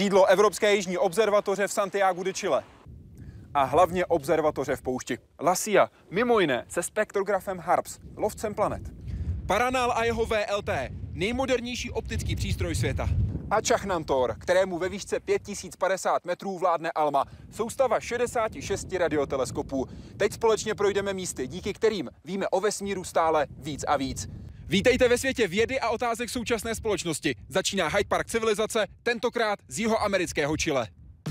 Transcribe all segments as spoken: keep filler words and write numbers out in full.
sídlo Evropské jižní observatoře v Santiagu de Chile. A hlavně observatoře v poušti. La Silla, mimo jiné se spektrografem HARPS, lovcem planet. Paranal a jeho V L T, nejmodernější optický přístroj světa. A Čachnantor, kterému ve výšce pět tisíc padesát metrů vládne ALMA, soustava šedesáti šesti radioteleskopů. Teď společně projdeme místy, díky kterým víme o vesmíru stále víc a víc. Vítejte ve světě vědy a otázek současné společnosti. Začíná Hyde Park civilizace, tentokrát z jihoamerického Chile.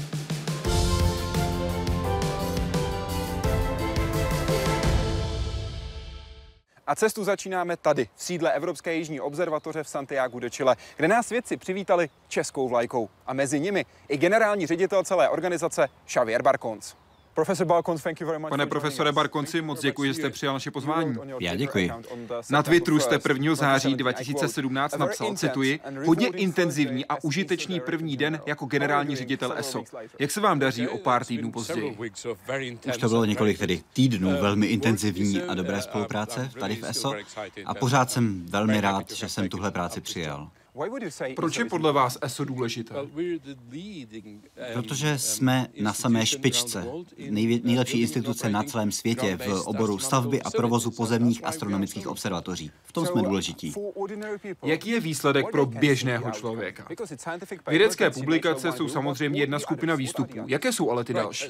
A cestu začínáme tady, v sídle Evropské jižní observatoře v Santiagu de Chile, kde nás vědci přivítali českou vlajkou. A mezi nimi i generální ředitel celé organizace Xavier Barcons. Pane profesore Barconci, moc děkuji, že jste přijal naše pozvání. Já děkuji. Na Twitteru jste prvního září dva tisíce sedmnáct napsal, cituji, hodně intenzivní a užitečný první den jako generální ředitel E S O. Jak se vám daří o pár týdnů později? Už to bylo několik tedy týdnů velmi intenzivní a dobré spolupráce tady v E S O a pořád jsem velmi rád, že jsem tuhle práci přijal. Proč je podle vás E S O důležité? Protože jsme na samé špičce. Nejvě- nejlepší instituce na celém světě v oboru stavby a provozu pozemních astronomických observatoří. V tom jsme důležití. Jaký je výsledek pro běžného člověka? Vědecké publikace jsou samozřejmě jedna skupina výstupů. Jaké jsou ale ty další?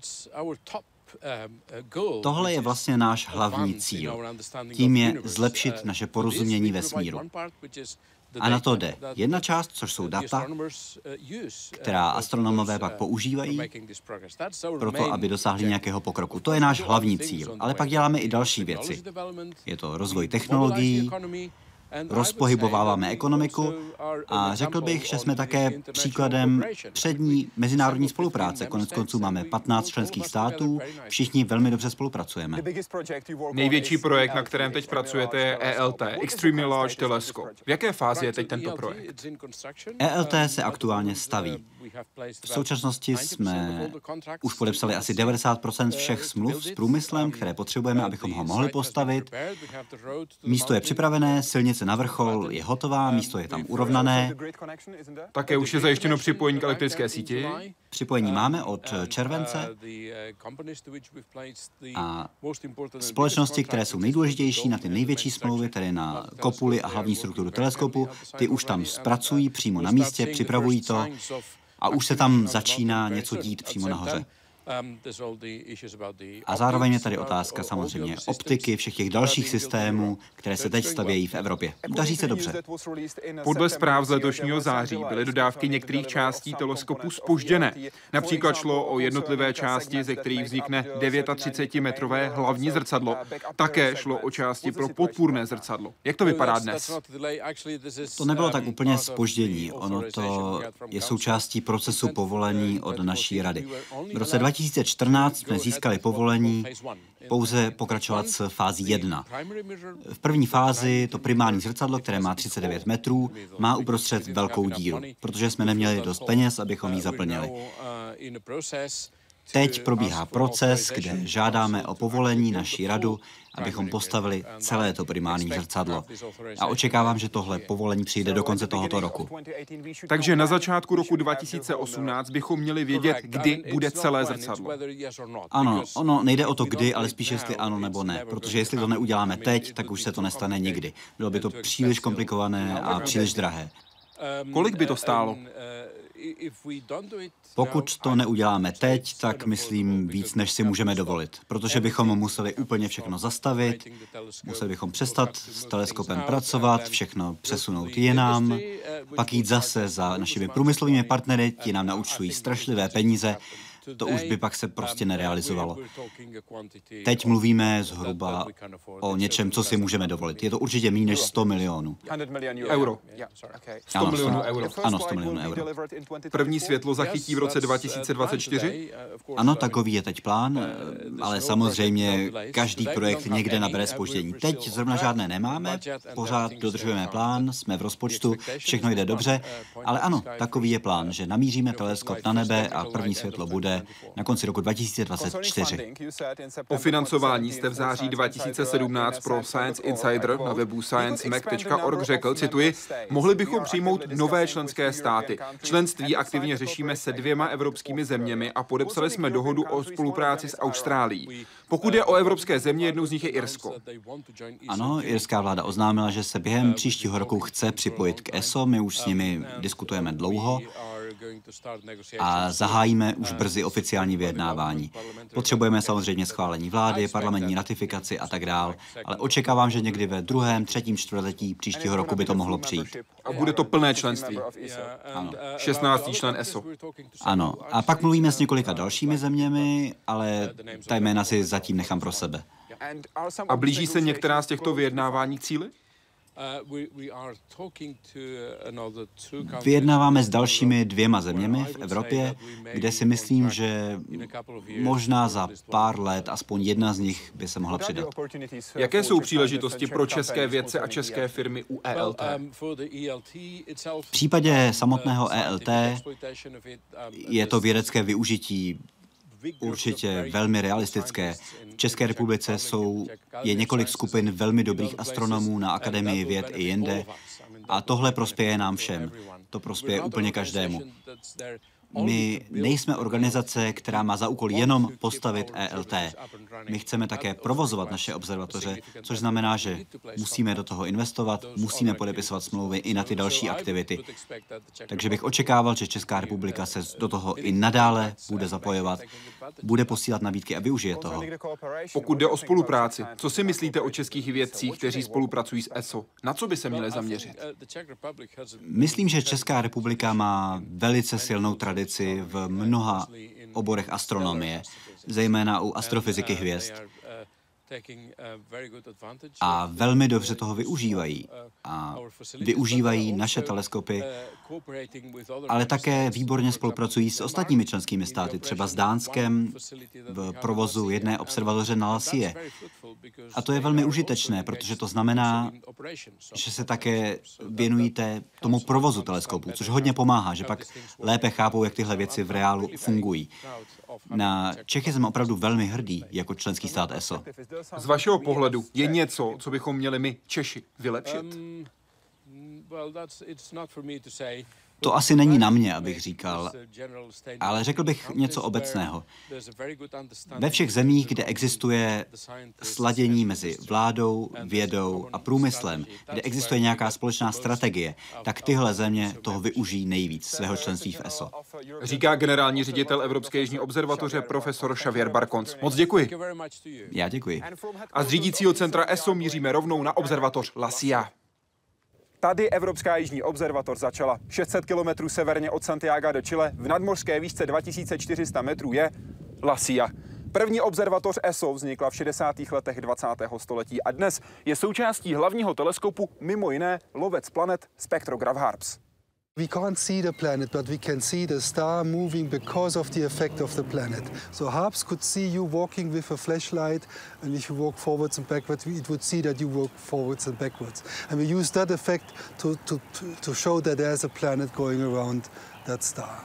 Tohle je vlastně náš hlavní cíl. Tím je zlepšit naše porozumění vesmíru. A na to jde jedna část, což jsou data, která astronomové pak používají proto, aby dosáhli nějakého pokroku. To je náš hlavní cíl, ale pak děláme i další věci. Je to rozvoj technologií, rozpohybováváme ekonomiku a řekl bych, že jsme také příkladem přední mezinárodní spolupráce. Konec konců máme patnáct členských států, všichni velmi dobře spolupracujeme. Největší projekt, na kterém teď pracujete, je E L T, Extremely Large Telescope. V jaké fázi je teď tento projekt? E L T se aktuálně staví. V současnosti jsme už podepsali asi devadesát procent všech smluv s průmyslem, které potřebujeme, abychom ho mohli postavit. Místo je připravené, silnice na vrchol je hotová, místo je tam urovnané. Také už je zajištěno připojení k elektrické síti. Připojení máme od července a společnosti, které jsou nejdůležitější na ty největší smlouvy, tedy na kopuly a hlavní strukturu teleskopu, ty už tam zpracují přímo na místě, připravují to a už se tam začíná něco dít přímo nahoře. A zároveň je tady otázka samozřejmě optiky, všech těch dalších systémů, které se teď stavějí v Evropě. Daří se dobře. Podle zpráv z letošního září byly dodávky některých částí teleskopu zpožděné. Například šlo o jednotlivé části, ze kterých vznikne třicetidevětimetrové hlavní zrcadlo. Také šlo o části pro podpůrné zrcadlo. Jak to vypadá dnes? To nebylo tak úplně zpoždění. Ono to je součástí procesu povolení od naší rady. V roce dva tisíce čtrnáct jsme získali povolení pouze pokračovat s fází jedna. V první fázi to primární zrcadlo, které má třicet devět metrů, má uprostřed velkou díru, protože jsme neměli dost peněz, abychom ji zaplnili. Teď probíhá proces, kde žádáme o povolení naší radu, abychom postavili celé to primární zrcadlo. A očekávám, že tohle povolení přijde do konce tohoto roku. Takže na začátku roku dva tisíce osmnáct bychom měli vědět, kdy bude celé zrcadlo. Ano, ono nejde o to kdy, ale spíš jestli ano nebo ne, protože jestli to neuděláme teď, tak už se to nestane nikdy. Bylo by to příliš komplikované a příliš drahé. Kolik by to stálo? Pokud to neuděláme teď, tak myslím víc, než si můžeme dovolit, protože bychom museli úplně všechno zastavit, museli bychom přestat s teleskopem pracovat, všechno přesunout jinam, pak jít zase za našimi průmyslovými partnery, ti nám naúčtují strašlivé peníze, to už by pak se prostě nerealizovalo. Teď mluvíme zhruba o něčem, co si můžeme dovolit. Je to určitě méně než sto milionů. Euro. sto milionů euro. Ano, sto milionů euro. První světlo zachytí v roce dva tisíce dvacet čtyři? Ano, takový je teď plán, ale samozřejmě každý projekt někde nabere zpoždění. Teď zrovna žádné nemáme, pořád dodržujeme plán, jsme v rozpočtu, všechno jde dobře, ale ano, takový je plán, že namíříme teleskop na nebe a první světlo bude bude na konci roku dva tisíce dvacet čtyři. O financování jste v září dva tisíce sedmnáct pro Science Insider na webu science mac tečka org řekl, cituji, mohli bychom přijmout nové členské státy. Členství aktivně řešíme se dvěma evropskými zeměmi a podepsali jsme dohodu o spolupráci s Austrálií. Pokud je o evropské země, jednou z nich je Irsko. Ano, irská vláda oznámila, že se během příštího roku chce připojit k E S O. My už s nimi diskutujeme dlouho a zahájíme už brzy oficiální vyjednávání. Potřebujeme samozřejmě schválení vlády, parlamentní ratifikaci a tak dál, ale očekávám, že někdy ve druhém, třetím čtvrtletí příštího roku by to mohlo přijít. A bude to plné členství. Ano. šestnáctý člen E S O. Ano. A pak mluvíme s několika dalšími zeměmi, ale ta jména si zatím nechám pro sebe. A blíží se některá z těchto vyjednávání k cíli? Vyjednáváme s dalšími dvěma zeměmi v Evropě, kde si myslím, že možná za pár let aspoň jedna z nich by se mohla přidat. Jaké jsou příležitosti pro české vědce a české firmy u E L T? V případě samotného E L T je to vědecké využití určitě velmi realistické. V České republice jsou, je několik skupin velmi dobrých astronomů na Akademii věd i jinde a tohle prospěje nám všem. To prospěje úplně každému. My nejsme organizace, která má za úkol jenom postavit E L T. My chceme také provozovat naše observatoře, což znamená, že musíme do toho investovat, musíme podepisovat smlouvy i na ty další aktivity. Takže bych očekával, že Česká republika se do toho i nadále bude zapojovat, bude posílat nabídky a využije toho. Pokud jde o spolupráci, co si myslíte o českých vědcích, kteří spolupracují s E S O? Na co by se měli zaměřit? Myslím, že Česká republika má velice silnou tradici v mnoha oborech astronomie, zejména u astrofyziky hvězd. A velmi dobře toho využívají. A využívají naše teleskopy, ale také výborně spolupracují s ostatními členskými státy, třeba s Dánskem v provozu jedné observatoře na Lasie. A to je velmi užitečné, protože to znamená, že se také věnujíte tomu provozu teleskopů, což hodně pomáhá, že pak lépe chápou, jak tyhle věci v reálu fungují. Na Čechy jsem opravdu velmi hrdý jako členský stát E S O. Z vašeho pohledu je něco, co bychom měli my, Češi, vylepšit? To asi není na mě, abych říkal, ale řekl bych něco obecného. Ve všech zemích, kde existuje sladění mezi vládou, vědou a průmyslem, kde existuje nějaká společná strategie, tak tyhle země toho využijí nejvíc svého členství v E S O. Říká generální ředitel Evropské jižní observatoře profesor Xavier Barcons. Moc děkuji. Já děkuji. A z řídícího centra E S O míříme rovnou na observatoř La Silla. Tady Evropská jižní observatoř začala. šest set kilometrů severně od Santiaga de Chile v nadmořské výšce dva tisíce čtyři sta metrů je La Silla. První observatoř E S O vznikla v šedesátých letech dvacátého století a dnes je součástí hlavního teleskopu mimo jiné lovec planet Spectrograph HARPS. We can't see the planet, but we can see the star moving because of the effect of the planet. So HARPS could see you walking with a flashlight, and if you walk forwards and backwards, it would see that you walk forwards and backwards. And we use that effect to, to, to show that there's a planet going around that star.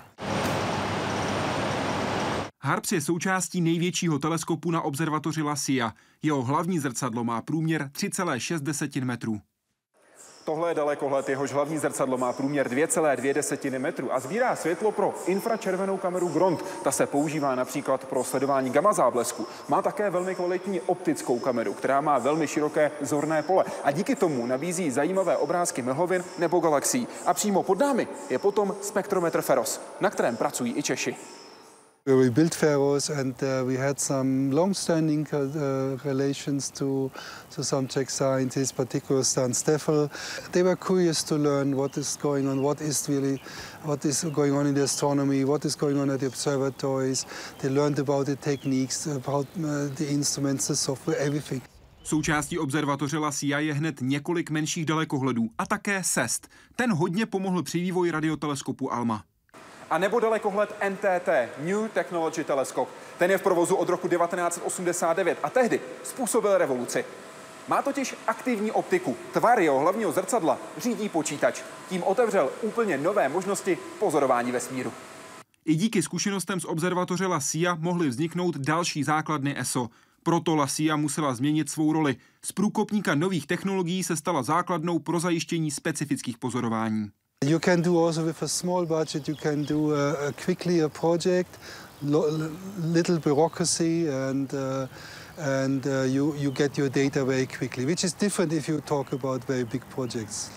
HARPS je součástí největšího teleskopu na observatoři La Silla. Jeho hlavní zrcadlo má průměr tři celé šest metrů. Tohle je dalekohled, jehož hlavní zrcadlo má průměr dvě celé dvě metru a sbírá světlo pro infračervenou kameru Grond. Ta se používá například pro sledování gamma záblesku. Má také velmi kvalitní optickou kameru, která má velmi široké zorné pole a díky tomu nabízí zajímavé obrázky mlhovin nebo galaxií. A přímo pod námi je potom spektrometr FEROS, na kterém pracují i Češi. We built FEROS and uh, we had some long-standing uh, relations to, to some Czech scientists, particularly Stan Steffel. They were curious to learn what is going on, what is really, what is going on in the astronomy, what is going on at the observatories. They learned about the techniques, about uh, the instruments, the software, everything. Součástí observatoře La Silla je hned několik menších dalekohledů a také S E S T. Ten hodně pomohl při vývoji radioteleskopu ALMA. A nebo dalekohled N T T, New Technology Telescope. Ten je v provozu od roku devatenáct set osmdesát devět a tehdy způsobil revoluci. Má totiž aktivní optiku. Tvar jeho hlavního zrcadla řídí počítač. Tím otevřel úplně nové možnosti pozorování vesmíru. I díky zkušenostem z observatoře La Silla mohly vzniknout další základny E S O. Proto La Silla musela změnit svou roli. Z průkopníka nových technologií se stala základnou pro zajištění specifických pozorování. You can do also with a small budget, you can do a, a quickly a project, lo, little bureaucracy, and uh, and uh, you you get your data very quickly, which is different if you talk about very big projects.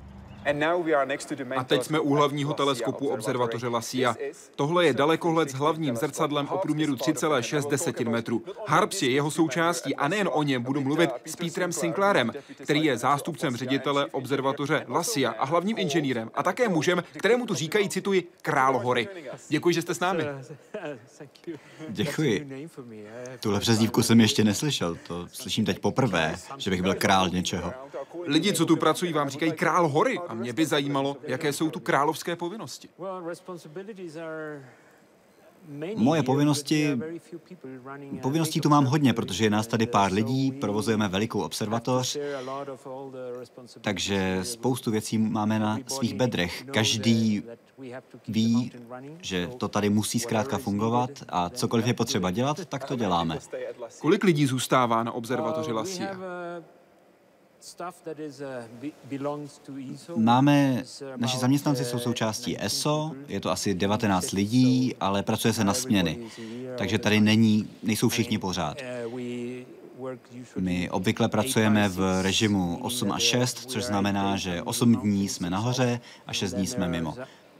A teď jsme u hlavního teleskopu observatoře La Silla. Tohle je dalekohled s hlavním zrcadlem o průměru tři celé šest metru. HARPS je jeho součástí a nejen o něm budu mluvit s Petrem Sinclairem, který je zástupcem ředitele observatoře La Silla a hlavním inženýrem a také mužem, kterému tu říkají, cituji, král hory. Děkuji, že jste s námi. Děkuji. Tuhle přezdívku jsem ještě neslyšel, to slyším teď poprvé, že bych byl král něčeho. Lidi, co tu pracují, vám říkají král hory a mě by zajímalo, jaké jsou tu královské povinnosti. Moje povinnosti, povinností tu mám hodně, protože je nás tady pár lidí, provozujeme velikou observatoř, takže spoustu věcí máme na svých bedrech. Každý ví, že to tady musí zkrátka fungovat a cokoliv je potřeba dělat, tak to děláme. Kolik lidí zůstává na observatoři La Silla? Máme, naši zaměstnanci jsou součástí E S O, je to asi devatenáct lidí, ale pracuje se na směny, takže tady není, nejsou všichni pořád. My obvykle pracujeme v režimu osm a šest, což znamená, že osm dní jsme nahoře a šest dní jsme mimo.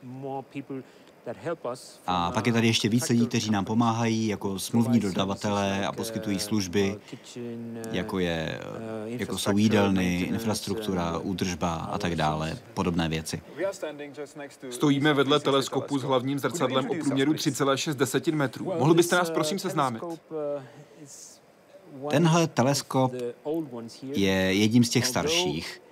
A pak je tady ještě víc lidí, kteří nám pomáhají jako smluvní dodavatelé a poskytují služby, jako, je, jako jsou jídelny, infrastruktura, údržba a tak dále, podobné věci. Stojíme vedle teleskopu s hlavním zrcadlem o průměru tři celé šest metru. Mohl byste nás prosím seznámit? Tenhle teleskop je jedním z těch starších.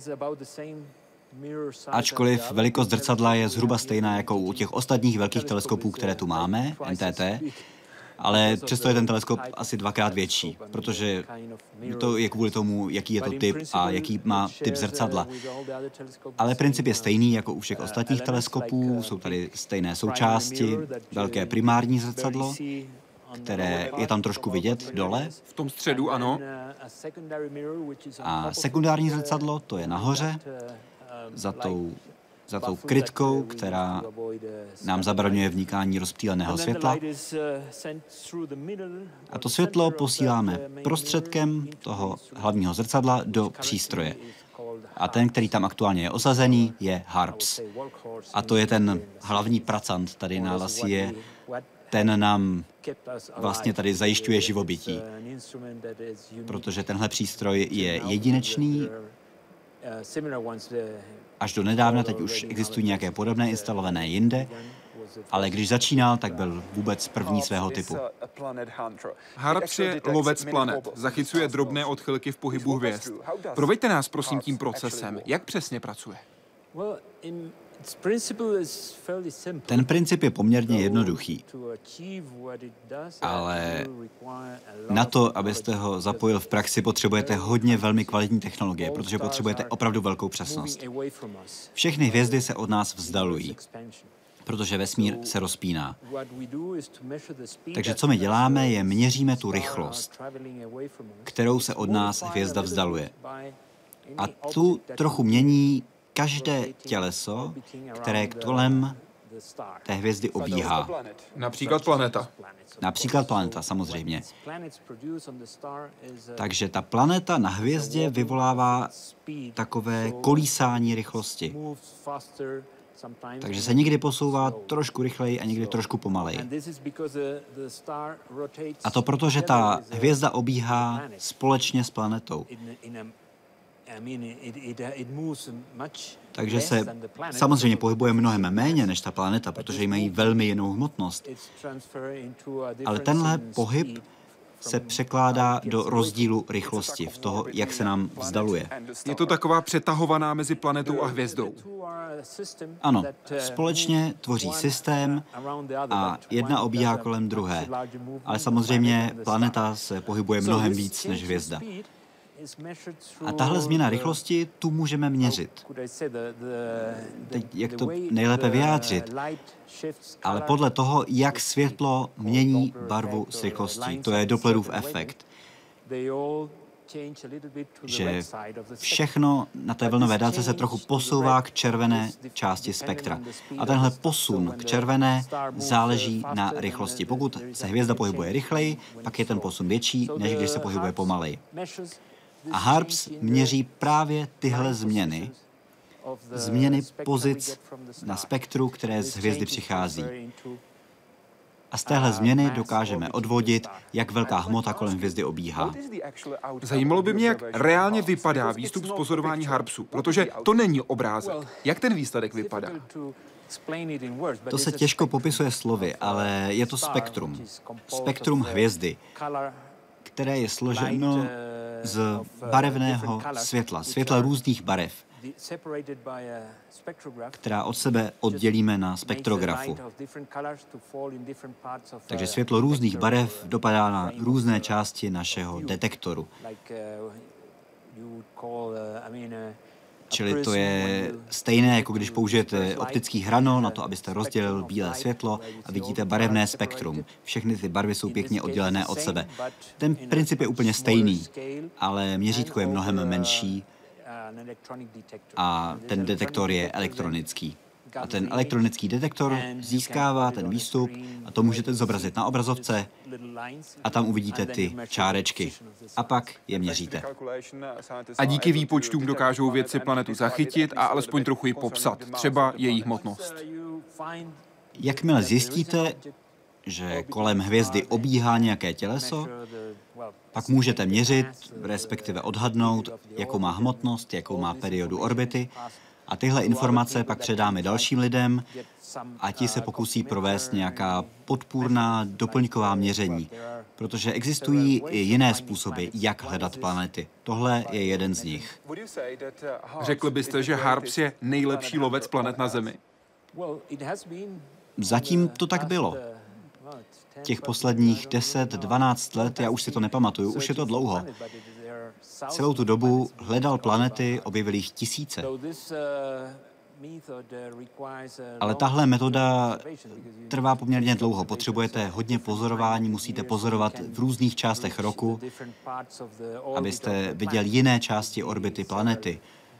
Ačkoliv velikost zrcadla je zhruba stejná jako u těch ostatních velkých teleskopů, které tu máme, N T T, ale přesto je ten teleskop asi dvakrát větší, protože to je kvůli tomu, jaký je to typ a jaký má typ zrcadla. Ale princip je stejný jako u všech ostatních teleskopů, jsou tady stejné součásti, velké primární zrcadlo, které je tam trošku vidět dole. V tom středu, ano. A sekundární zrcadlo, to je nahoře, za tou, za tou krytkou, která nám zabraňuje vnikání rozptýleného světla. A to světlo posíláme prostředkem toho hlavního zrcadla do přístroje. A ten, který tam aktuálně je osazený, je HARPS. A to je ten hlavní pracant tady na La Silla. Ten nám vlastně tady zajišťuje živobytí, protože tenhle přístroj je jedinečný. Až do nedávna, teď už existují nějaké podobné instalované jinde, ale když začínal, tak byl vůbec první svého typu. HARPS je lovec planet, zachycuje drobné odchylky v pohybu hvězd. Proveďte nás prosím tím procesem, jak přesně pracuje. Ten princip je poměrně jednoduchý, ale na to, abyste ho zapojil v praxi, potřebujete hodně velmi kvalitní technologie, protože potřebujete opravdu velkou přesnost. Všechny hvězdy se od nás vzdalují, protože vesmír se rozpíná. Takže co my děláme, je měříme tu rychlost, kterou se od nás hvězda vzdaluje. A tu trochu mění každé těleso, které kolem té hvězdy obíhá. Například planeta. Například planeta, samozřejmě. Takže ta planeta na hvězdě vyvolává takové kolísání rychlosti. Takže se někdy posouvá trošku rychleji a někdy trošku pomaleji. A to proto, že ta hvězda obíhá společně s planetou. Takže se samozřejmě pohybuje mnohem méně než ta planeta, protože mají velmi jinou hmotnost. Ale tenhle pohyb se překládá do rozdílu rychlosti, v toho, jak se nám vzdaluje. Je to taková přetahovaná mezi planetou a hvězdou. Ano, společně tvoří systém a jedna obíhá kolem druhé. Ale samozřejmě planeta se pohybuje mnohem víc než hvězda. A tahle změna rychlosti tu můžeme měřit. Teď, jak to nejlépe vyjádřit, ale podle toho, jak světlo mění barvu s rychlostí, to je Dopplerův efekt, že všechno na té vlnové délce se trochu posouvá k červené části spektra. A tenhle posun k červené záleží na rychlosti. Pokud se hvězda pohybuje rychleji, pak je ten posun větší, než když se pohybuje pomaleji. A HARPS měří právě tyhle změny, změny pozic na spektru, které z hvězdy přichází. A z téhle změny dokážeme odvodit, jak velká hmota kolem hvězdy obíhá. Zajímalo by mě, jak reálně vypadá výstup z pozorování HARPSu, protože to není obrázek. Jak ten výsledek vypadá? To se těžko popisuje slovy, ale je to spektrum. Spektrum hvězdy, které je složeno z barevného světla, světla různých barev, která od sebe oddělíme na spektrografu. Takže světlo různých barev dopadá na různé části našeho detektoru. Čili to je stejné, jako když použijete optický hranol na to, abyste rozdělil bílé světlo a vidíte barevné spektrum. Všechny ty barvy jsou pěkně oddělené od sebe. Ten princip je úplně stejný, ale měřítko je mnohem menší a ten detektor je elektronický. A ten elektronický detektor získává ten výstup a to můžete zobrazit na obrazovce a tam uvidíte ty čárečky. A pak je měříte. A díky výpočtům dokážou vědci planetu zachytit a alespoň trochu ji popsat, třeba její hmotnost. Jakmile zjistíte, že kolem hvězdy obíhá nějaké těleso, pak můžete měřit, respektive odhadnout, jakou má hmotnost, jakou má periodu orbity. A tyhle informace pak předáme dalším lidem a ti se pokusí provést nějaká podpůrná doplňková měření, protože existují i jiné způsoby, jak hledat planety. Tohle je jeden z nich. Řekl byste, že HARPS je nejlepší lovec planet na Zemi? Zatím to tak bylo. Těch posledních deset dvanáct let, já už si to nepamatuju, už je to dlouho. Celou tu dobu hledal planety, objevil jich tisíce. Ale tahle metoda trvá poměrně dlouho. Potřebujete hodně pozorování, musíte pozorovat v různých částech roku, abyste viděl jiné části orbity planety.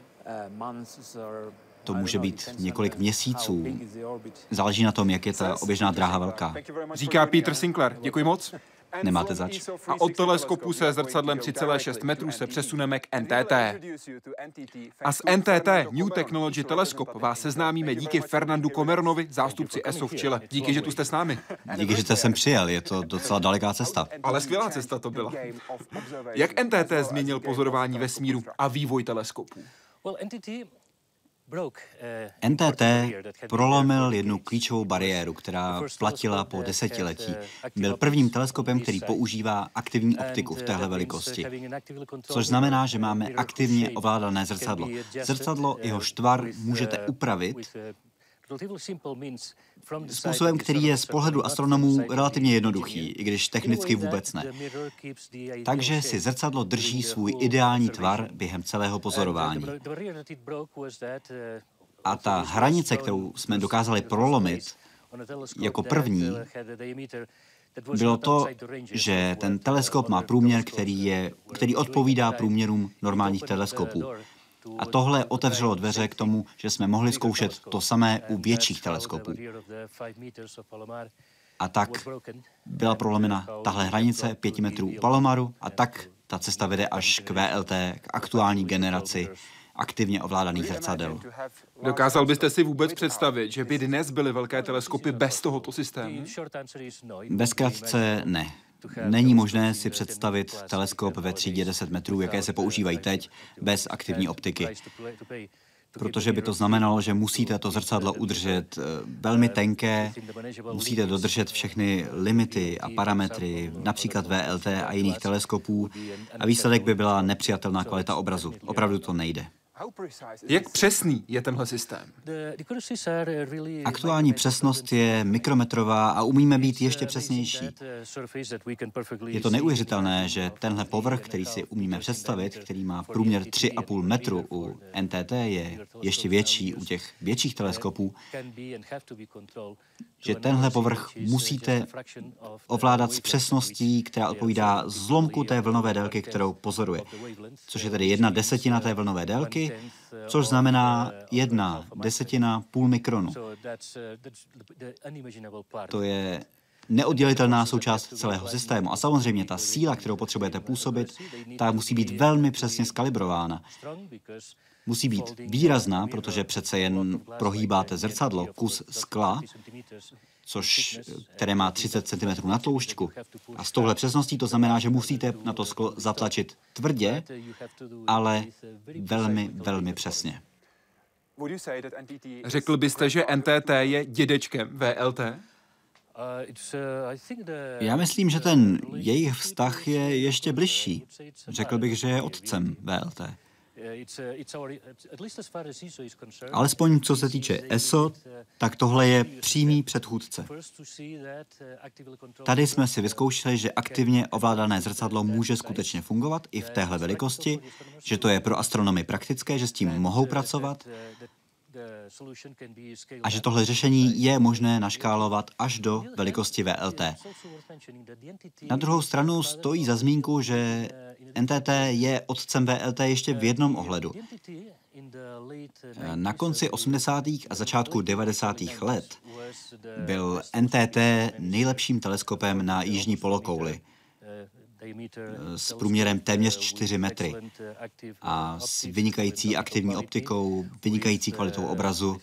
To může být několik měsíců. Záleží na tom, jak je ta oběžná dráha velká. Říká Peter Sinclair. Děkuji moc. Nemáte zač. A od teleskopu se zrcadlem tři celé šest metrů se přesuneme k N T T. A s N T T New Technology Telescope vás seznámíme díky Fernandu Comeronovi, zástupci E S O v Chile. Díky, že tu jste s námi. Díky, že jste sem přijel, je to docela daleká cesta. Ale skvělá cesta to byla. Jak N T T změnil pozorování vesmíru a vývoj teleskopů? N T T prolomil jednu klíčovou bariéru, která platila po desetiletí. Byl prvním teleskopem, který používá aktivní optiku v téhle velikosti, což znamená, že máme aktivně ovládané zrcadlo. Zrcadlo, jehož tvar můžete upravit způsobem, který je z pohledu astronomů relativně jednoduchý, i když technicky vůbec ne. Takže si zrcadlo drží svůj ideální tvar během celého pozorování. A ta hranice, kterou jsme dokázali prolomit jako první, bylo to, že ten teleskop má průměr, který, je, který odpovídá průměrům normálních teleskopů. A tohle otevřelo dveře k tomu, že jsme mohli zkoušet to samé u větších teleskopů. A tak byla prolomena tahle hranice pěti metrů u Palomaru a tak ta cesta vede až k V L T, k aktuální generaci aktivně ovládaných zrcadel. Dokázal byste si vůbec představit, že by dnes byly velké teleskopy bez tohoto systému? Ve zkratce ne. Není možné si představit teleskop ve třídě deset metrů, jaké se používají teď, bez aktivní optiky. Protože by to znamenalo, že musíte to zrcadlo udržet velmi tenké, musíte dodržet všechny limity a parametry, například V L T a jiných teleskopů, a výsledek by byla nepřijatelná kvalita obrazu. Opravdu to nejde. Jak přesný je tenhle systém? Aktuální přesnost je mikrometrová a umíme být ještě přesnější. Je to neuvěřitelné, že tenhle povrch, který si umíme představit, který má průměr tři a půl metru u N T T, je ještě větší u těch větších teleskopů, že tenhle povrch musíte ovládat s přesností, která odpovídá zlomku té vlnové délky, kterou pozoruje. Což je tedy jedna desetina té vlnové délky, což znamená jedna desetina půl mikronu. To je neoddělitelná součást celého systému. A samozřejmě ta síla, kterou potřebujete působit, ta musí být velmi přesně skalibrována. Musí být výrazná, protože přece jen prohýbáte zrcadlo, kus skla, což, které má třicet centimetrů na tloušťku. A s touhle přesností to znamená, že musíte na to sklo zatlačit tvrdě, ale velmi, velmi přesně. Řekl byste, že N T T je dědečkem V L T? Já myslím, že ten jejich vztah je ještě bližší. Řekl bych, že je otcem V L T. Alespoň co se týče E S O, tak tohle je přímý předchůdce. Tady jsme si vyzkoušeli, že aktivně ovládané zrcadlo může skutečně fungovat i v téhle velikosti, že to je pro astronomy praktické, že s tím mohou pracovat a že tohle řešení je možné naškálovat až do velikosti V L T. Na druhou stranu stojí za zmínku, že N T T je otcem V L T ještě v jednom ohledu. Na konci osmdesátých a začátku devadesátých let byl N T T nejlepším teleskopem na jižní polokouli s průměrem téměř čtyři metry a s vynikající aktivní optikou, vynikající kvalitou obrazu,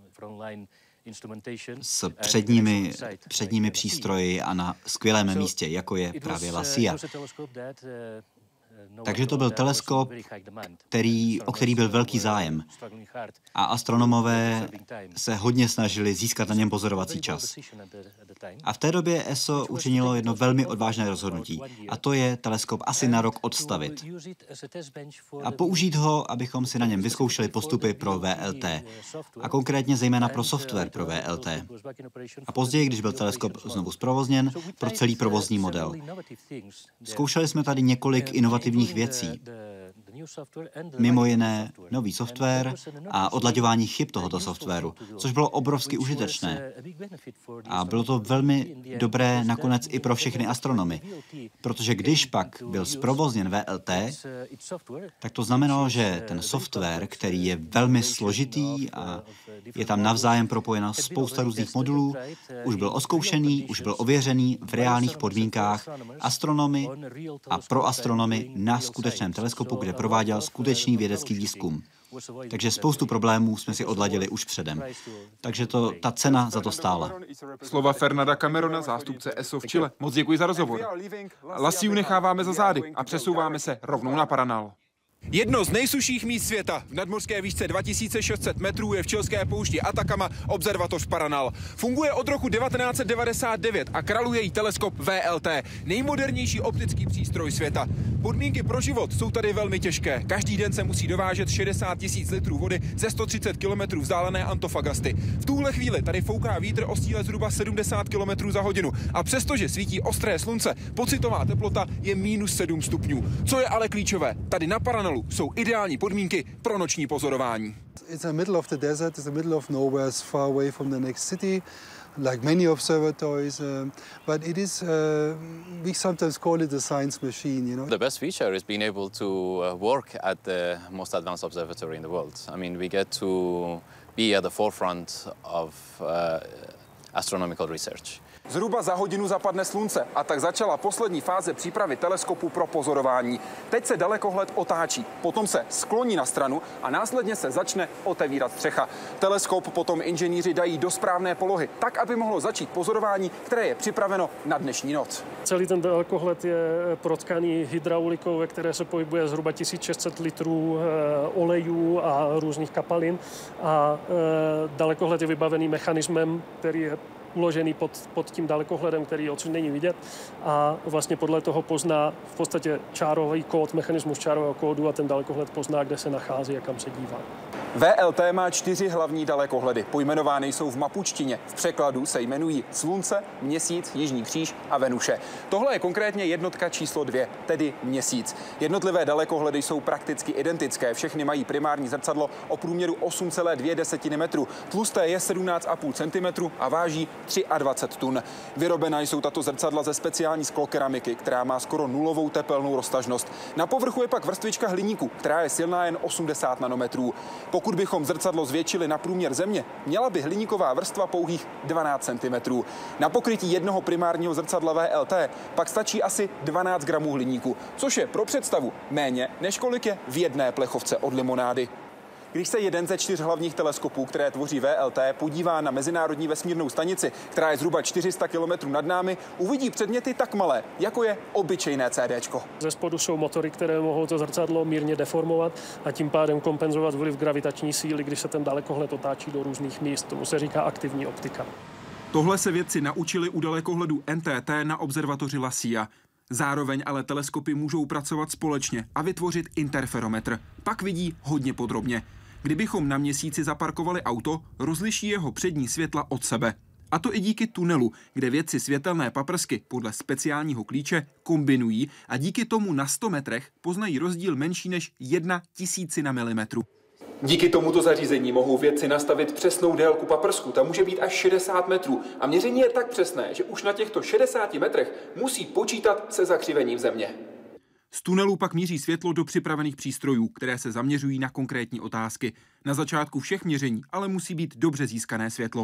s předními, předními přístroji a na skvělém místě, jako je právě LaCie. Takže to byl teleskop, který, o který byl velký zájem. A astronomové se hodně snažili získat na něm pozorovací čas. A v té době E S O učinilo jedno velmi odvážné rozhodnutí. A to je teleskop asi na rok odstavit. A použít ho, abychom si na něm vyzkoušeli postupy pro V L T. A konkrétně zejména pro software pro V L T. A později, když byl teleskop znovu zprovozněn, pro celý provozní model. Zkoušeli jsme tady několik inovativních věcí. Mimo jiné nový software a odlaďování chyb tohoto softwaru, což bylo obrovsky užitečné. A bylo to velmi dobré nakonec i pro všechny astronomy, protože když pak byl zprovozněn V L T, tak to znamenalo, že ten software, který je velmi složitý a je tam navzájem propojena spousta různých modulů, už byl oskoušený, už byl ověřený v reálných podmínkách astronomy a pro astronomy na skutečném teleskopu, kde prováděl skutečný vědecký výzkum. Takže spoustu problémů jsme si odladili už předem. Takže to, ta cena za to stála. Slova Fernanda Camerona, zástupce E S O v Chile. Moc děkuji za rozhovor. LaCiu necháváme za zády a přesouváme se rovnou na Paranal. Jedno z nejsušších míst světa v nadmořské výšce dva tisíce šest set metrů je v chilské poušti Atacama observatoř Paranal. Funguje od roku devatenáct set devadesát devět a králuje jí teleskop V L T, nejmodernější optický přístroj světa. Podmínky pro život jsou tady velmi těžké. Každý den se musí dovážet šedesát tisíc litrů vody ze sto třicet kilometrů vzdálené Antofagasty. V tuhle chvíli tady fouká vítr o síle zhruba sedmdesát kilometrů za hodinu a přestože svítí ostré slunce, pocitová teplota je minus sedm stupňů. Co je ale klíčové, tady na Paranalu jsou ideální podmínky pro noční pozorování. It's in the middle of the desert, it's in the middle of nowhere, it's far away from the next city, like many observatories, uh, but it is, uh, we sometimes call it a science machine, you know. The best feature is being able to uh, work at the most advanced observatory in the world. I mean, we get to be at the forefront of uh, astronomical research. Zhruba za hodinu zapadne slunce a tak začala poslední fáze přípravy teleskopu pro pozorování. Teď se dalekohled otáčí, potom se skloní na stranu a následně se začne otevírat střecha. Teleskop potom inženýři dají do správné polohy, tak, aby mohlo začít pozorování, které je připraveno na dnešní noc. Celý ten dalekohled je protkaný hydraulikou, ve které se pohybuje zhruba tisíc šest set litrů olejů a různých kapalin. A dalekohled je vybavený mechanismem, který je uložený pod, pod tím dalekohledem, který odsud není vidět, a vlastně podle toho pozná v podstatě čárový kód, mechanismus čárového kódu, a ten dalekohled pozná, kde se nachází a kam se dívá. V L T má čtyři hlavní dalekohledy. Pojmenovány jsou v mapučtině. V překladu se jmenují Slunce, Měsíc, Jižní kříž a Venuše. Tohle je konkrétně jednotka číslo dvě, tedy Měsíc. Jednotlivé dalekohledy jsou prakticky identické. Všechny mají primární zrcadlo o průměru osm celá dvě metru. Tlusté je sedmnáct celá pět centimetru a váží dvacet tři tun. Vyrobena jsou tato zrcadla ze speciální sklokeramiky, která má skoro nulovou tepelnou roztažnost. Na povrchu je pak vrstvička hliníku, která je silná jen osmdesát nanometrů. Pokud bychom zrcadlo zvětšili na průměr Země, měla by hliníková vrstva pouhých dvanáct centimetrů. Na pokrytí jednoho primárního zrcadla V L T pak stačí asi dvanáct gramů hliníku, což je pro představu méně, než kolik je v jedné plechovce od limonády. Když se jeden ze čtyř hlavních teleskopů, které tvoří V L T, podívá na Mezinárodní vesmírnou stanici, která je zhruba čtyři sta kilometrů nad námi, uvidí předměty tak malé, jako je obyčejné CDčko. Ze spodu jsou motory, které mohou to zrcadlo mírně deformovat a tím pádem kompenzovat vliv gravitační síly, když se ten dalekohled otáčí do různých míst. Tomu se říká aktivní optika. Tohle se vědci naučili u dalekohledu N T T na observatoři La Silla. Zároveň ale teleskopy můžou pracovat společně a vytvořit interferometr. Pak vidí hodně podrobně. Kdybychom na Měsíci zaparkovali auto, rozliší jeho přední světla od sebe. A to i díky tunelu, kde vědci světelné paprsky podle speciálního klíče kombinují a díky tomu na sto metrech poznají rozdíl menší než jedna tisícina milimetru. Díky tomuto zařízení mohou vědci nastavit přesnou délku paprsku. Ta může být až šedesát metrů. A měření je tak přesné, že už na těchto šedesáti metrech musí počítat se zakřivením Země. Z tunelu pak míří světlo do připravených přístrojů, které se zaměřují na konkrétní otázky. Na začátku všech měření ale musí být dobře získané světlo.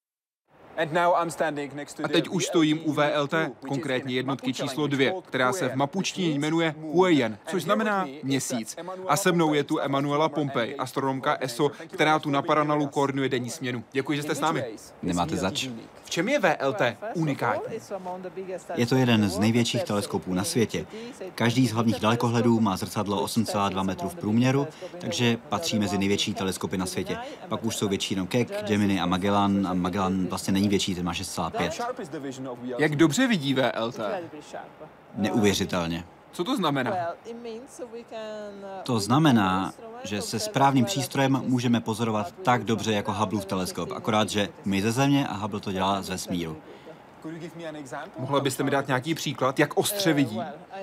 A teď už stojím u V L T, konkrétně jednotky číslo dvě, která se v mapučtině jmenuje Huayan, což znamená Měsíc. A se mnou je tu Emanuela Pompej, astronomka E S O, která tu na Paranalu koordinuje denní směnu. Děkuji, že jste s námi. Nemáte zač. V čem je V L T unikátní? Je to jeden z největších teleskopů na světě. Každý z hlavních dalekohledů má zrcadlo osm celá dva metru v průměru, takže patří mezi největší teleskopy na světě. Pak už jsou větší jenom Keck, Gemini a Magellan, a Magellan vlastně není větší, ten má šest celá pět. Jak dobře vidí V L T? Neuvěřitelně. Co to znamená? To znamená, že se správným přístrojem můžeme pozorovat tak dobře jako Hubbleův teleskop, akorát, že my ze Země a Hubble to dělá z vesmíru. Mohla byste mi dát nějaký příklad, jak ostře vidí?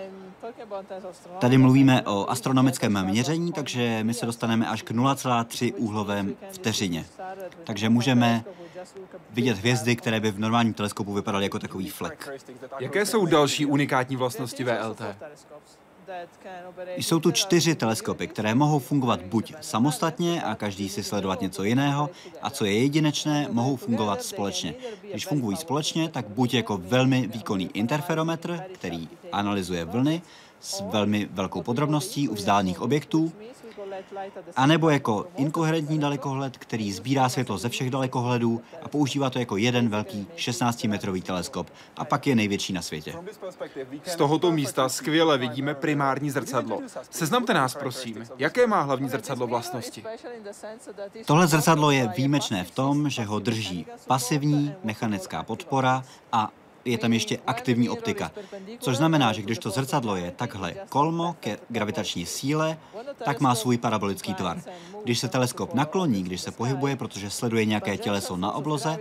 Tady mluvíme o astronomickém měření, takže my se dostaneme až k nula celá tři úhlovém vteřině. Takže můžeme vidět hvězdy, které by v normálním teleskopu vypadaly jako takový flek. Jaké jsou další unikátní vlastnosti V L T? Jsou tu čtyři teleskopy, které mohou fungovat buď samostatně a každý si sledovat něco jiného, a co je jedinečné, mohou fungovat společně. Když fungují společně, tak buď jako velmi výkonný interferometr, který analyzuje vlny s velmi velkou podrobností u vzdálených objektů, anebo jako inkoherentní dalekohled, který sbírá světlo ze všech dalekohledů a používá to jako jeden velký šestnáctimetrový teleskop a pak je největší na světě. Z tohoto místa skvěle vidíme primární zrcadlo. Seznamte nás, prosím, jaké má hlavní zrcadlo vlastnosti? Tohle zrcadlo je výjimečné v tom, že ho drží pasivní mechanická podpora a je tam ještě aktivní optika, což znamená, že když to zrcadlo je takhle kolmo ke gravitační síle, tak má svůj parabolický tvar. Když se teleskop nakloní, když se pohybuje, protože sleduje nějaké těleso na obloze,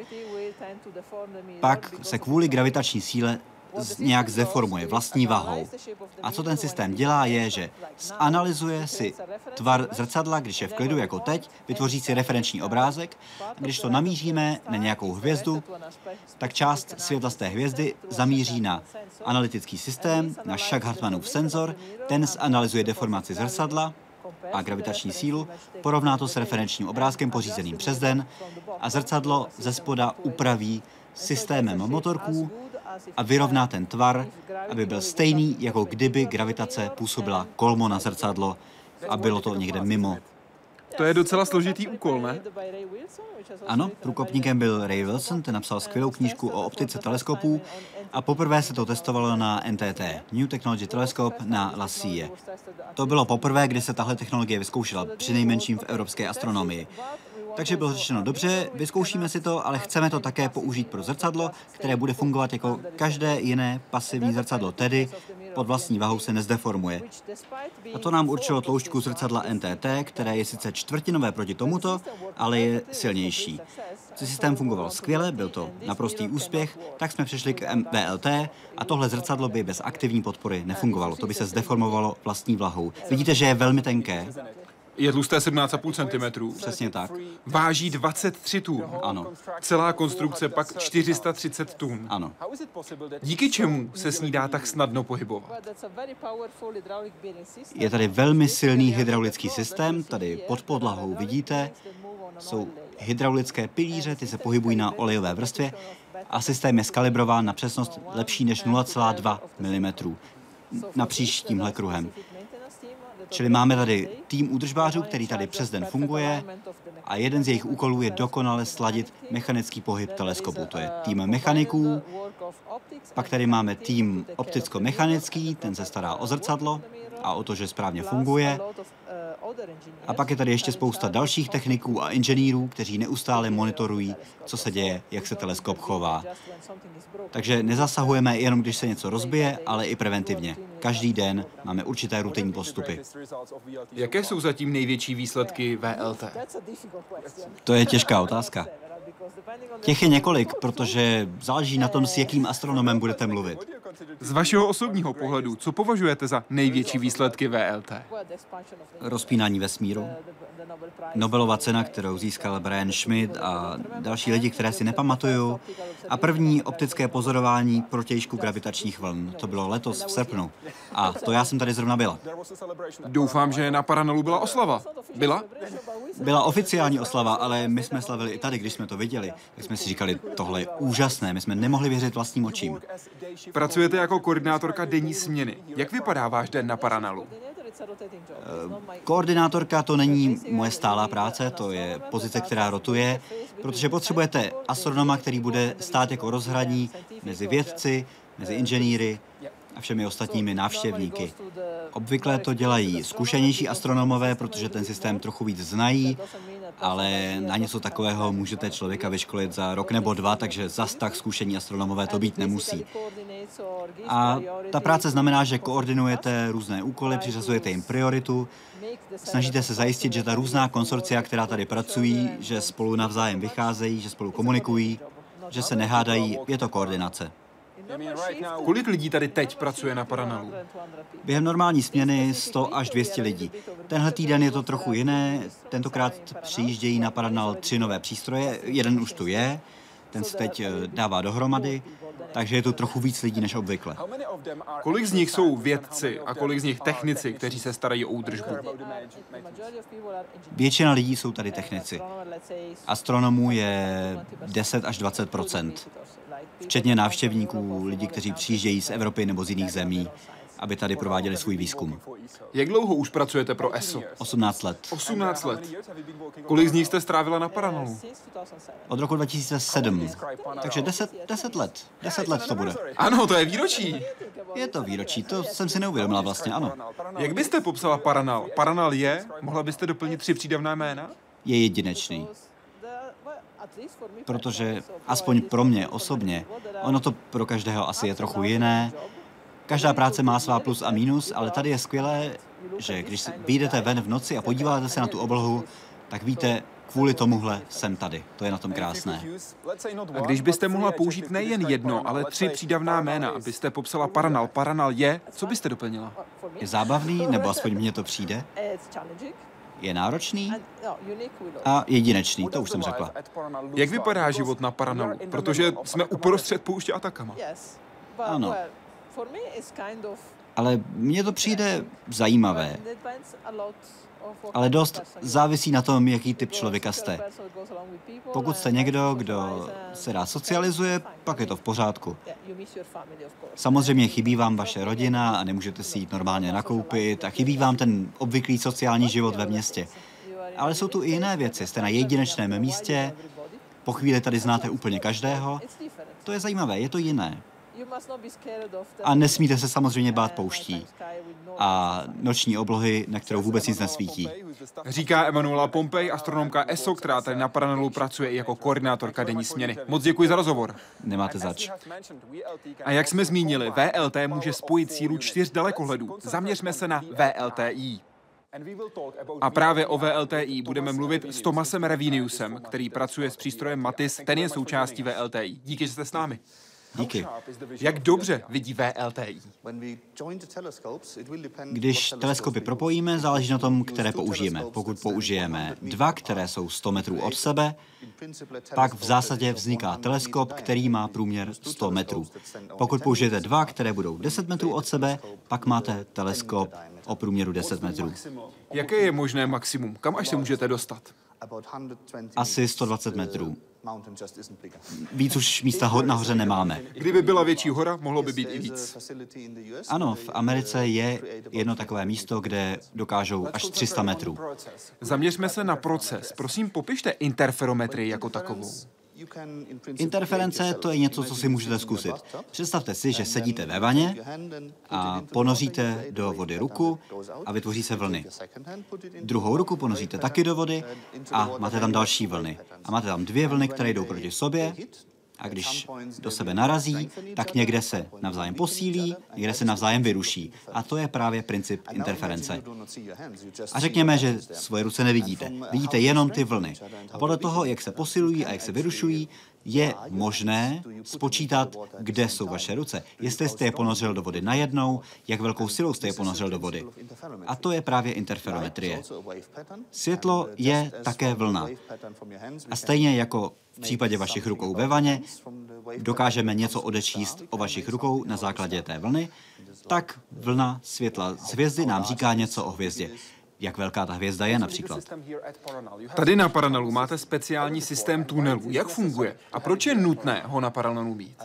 pak se kvůli gravitační síle nějak zdeformuje vlastní vahou. A co ten systém dělá, je, že zanalyzuje si tvar zrcadla, když je v klidu jako teď, vytvoří si referenční obrázek, a když to namíříme na nějakou hvězdu, tak část světla z té hvězdy zamíří na analytický systém, na Schack-Hartmannův senzor, ten zanalyzuje deformaci zrcadla a gravitační sílu, porovná to s referenčním obrázkem pořízeným přes den a zrcadlo ze spoda upraví systémem motorků a vyrovná ten tvar, aby byl stejný, jako kdyby gravitace působila kolmo na zrcadlo a bylo to někde mimo. To je docela složitý úkol, ne? Ano, průkopníkem byl Ray Wilson, ten napsal skvělou knížku o optice teleskopů a poprvé se to testovalo na N T T, New Technology Telescope na La Silla. To bylo poprvé, kdy se tahle technologie vyzkoušela, přinejmenším v evropské astronomii. Takže bylo řečeno, dobře, vyzkoušíme si to, ale chceme to také použít pro zrcadlo, které bude fungovat jako každé jiné pasivní zrcadlo, tedy pod vlastní vahou se nezdeformuje. A to nám určilo tloušťku zrcadla N T T, které je sice čtvrtinové proti tomuto, ale je silnější. Systém fungoval skvěle, byl to naprostý úspěch, tak jsme přešli k V L T a tohle zrcadlo by bez aktivní podpory nefungovalo. To by se zdeformovalo vlastní vlahou. Vidíte, že je velmi tenké. Je tlusté sedmnáct celá pět centimetru. Přesně tak. Váží dvacet tři tun. Ano. Celá konstrukce pak čtyři sta třicet tun. Ano. Díky čemu se s ní dá tak snadno pohybovat? Je tady velmi silný hydraulický systém, tady pod podlahou vidíte, jsou hydraulické pilíře, ty se pohybují na olejové vrstvě a systém je skalibrován na přesnost lepší než nula celá dva milimetru napříč tímhle kruhem. Čili máme tady tým údržbářů, který tady přes den funguje a jeden z jejich úkolů je dokonale sladit mechanický pohyb teleskopu. To je tým mechaniků, pak tady máme tým opticko-mechanický, ten se stará o zrcadlo a o to, že správně funguje. A pak je tady ještě spousta dalších techniků a inženýrů, kteří neustále monitorují, co se děje, jak se teleskop chová. Takže nezasahujeme jenom, když se něco rozbije, ale i preventivně. Každý den máme určité rutinní postupy. Jaké jsou zatím největší výsledky V L T? To je těžká otázka. Těch je několik, protože záleží na tom, s jakým astronomem budete mluvit. Z vašeho osobního pohledu, co považujete za největší výsledky V L T? Rozpínání vesmíru, Nobelova cena, kterou získal Brian Schmidt a další lidi, které si nepamatuju, a první optické pozorování protějšku gravitačních vln. To bylo letos v srpnu. A to já jsem tady zrovna byla. Doufám, že na Paranelu byla oslava. Byla? Byla oficiální oslava, ale my jsme slavili i tady, když jsme to viděli. Tak jsme si říkali, tohle je úžasné, my jsme nemohli věřit vlastním očím. Pracujete jako koordinátorka denní směny. Jak vypadá váš den na Paranelu? Koordinátorka to není moje stálá práce, to je pozice, která rotuje, protože potřebujete astronoma, který bude stát jako rozhraní mezi vědci, mezi inženýry a všemi ostatními návštěvníky. Obvykle to dělají zkušenější astronomové, protože ten systém trochu víc znají, ale na něco takového můžete člověka vyškolit za rok nebo dva, takže zas tak zkušení astronomové to být nemusí. A ta práce znamená, že koordinujete různé úkoly, přiřazujete jim prioritu, snažíte se zajistit, že ta různá konsorcia, která tady pracují, že spolu navzájem vycházejí, že spolu komunikují, že se nehádají, je to koordinace. Kolik lidí tady teď pracuje na Paranelu? Během normální směny sto až dvě stě lidí. Tenhle týden je to trochu jiné, tentokrát přijíždějí na Paranel tři nové přístroje, jeden už tu je, ten se teď dává dohromady, takže je tu trochu víc lidí než obvykle. Kolik z nich jsou vědci a kolik z nich technici, kteří se starají o údržbu? Většina lidí jsou tady technici. Astronomů je deset až dvacet procent. Včetně návštěvníků, lidí, kteří přijíždějí z Evropy nebo z jiných zemí, aby tady prováděli svůj výzkum. Jak dlouho už pracujete pro E S O? osmnáct let. osmnáct let. Kolik z nich jste strávila na Paranelu? Od roku dva tisíce sedm. Takže deset, deset let. deset let to bude. Ano, to je výročí. Je to výročí, to jsem si neuvědomila vlastně, ano. Jak byste popsala Paranel? Paranel je? Mohla byste doplnit tři přídavná jména? Je jedinečný. Protože aspoň pro mě osobně, ono to pro každého asi je trochu jiné. Každá práce má svá plus a minus, ale tady je skvělé, že když vyjdete ven v noci a podíváte se na tu oblohu, tak víte, kvůli tomuhle jsem tady. To je na tom krásné. A když byste mohla použít nejen jedno, ale tři přídavná jména, abyste popsala Paranel, Paranel je, co byste doplnila? Je zábavný, nebo aspoň mně to přijde? Je náročný a jedinečný, to už jsem řekla. Jak vypadá život na Paranelu? Protože jsme uprostřed pouště Atacama. Ano. Ale mně to přijde zajímavé. Ale dost závisí na tom, jaký typ člověka jste. Pokud jste někdo, kdo se rád socializuje, pak je to v pořádku. Samozřejmě chybí vám vaše rodina a nemůžete si jít normálně nakoupit a chybí vám ten obvyklý sociální život ve městě. Ale jsou tu i jiné věci. Jste na jedinečném místě, po chvíli tady znáte úplně každého. To je zajímavé, je to jiné. A nesmíte se samozřejmě bát pouští a noční oblohy, na kterou vůbec nic nesvítí. Říká Emanuela Pompej, astronomka E S O, která tady na Paranelu pracuje i jako koordinátorka denní směny. Moc děkuji za rozhovor. Nemáte zač. A jak jsme zmínili, V L T může spojit sílu čtyř dalekohledů. Zaměřme se na V L T I. A právě o V L T I budeme mluvit s Tomasem Reviniusem, který pracuje s přístrojem MATIS, ten je součástí V L T I. Díky, že jste s námi. Díky. Jak dobře vidí V L T I? Když teleskopy propojíme, záleží na tom, které použijeme. Pokud použijeme dva, které jsou sto metrů od sebe, pak v zásadě vzniká teleskop, který má průměr sto metrů. Pokud použijete dva, které budou deset metrů od sebe, pak máte teleskop o průměru deset metrů. Jaké je možné maximum? Kam až se můžete dostat? Asi sto dvacet metrů. Víc už místa nahoře nemáme. Kdyby byla větší hora, mohlo by být i víc. Ano, v Americe je jedno takové místo, kde dokážou až tři sta metrů. Zaměřme se na proces. Prosím, popište interferometrii jako takovou. Interference to je něco, co si můžete zkusit. Představte si, že sedíte ve vaně a ponoříte do vody ruku a vytvoří se vlny. Druhou ruku ponoříte taky do vody a máte tam další vlny. A máte tam dvě vlny, které jdou proti sobě. A když do sebe narazí, tak někde se navzájem posílí, někde se navzájem vyruší. A to je právě princip interference. A řekněme, že svoje ruce nevidíte. Vidíte jenom ty vlny. A podle toho, jak se posilují a jak se vyrušují, je možné spočítat, kde jsou vaše ruce. Jestli jste je ponořil do vody najednou, jak velkou silou jste je ponořil do vody. A to je právě interferometrie. Světlo je také vlna. A stejně jako v případě vašich rukou ve vaně dokážeme něco odečíst o vašich rukou na základě té vlny, tak vlna světla z hvězdy nám říká něco o hvězdě. Jak velká ta hvězda je například. Tady na Paranelu máte speciální systém tunelů. Jak funguje? A proč je nutné ho na Paranelu mít?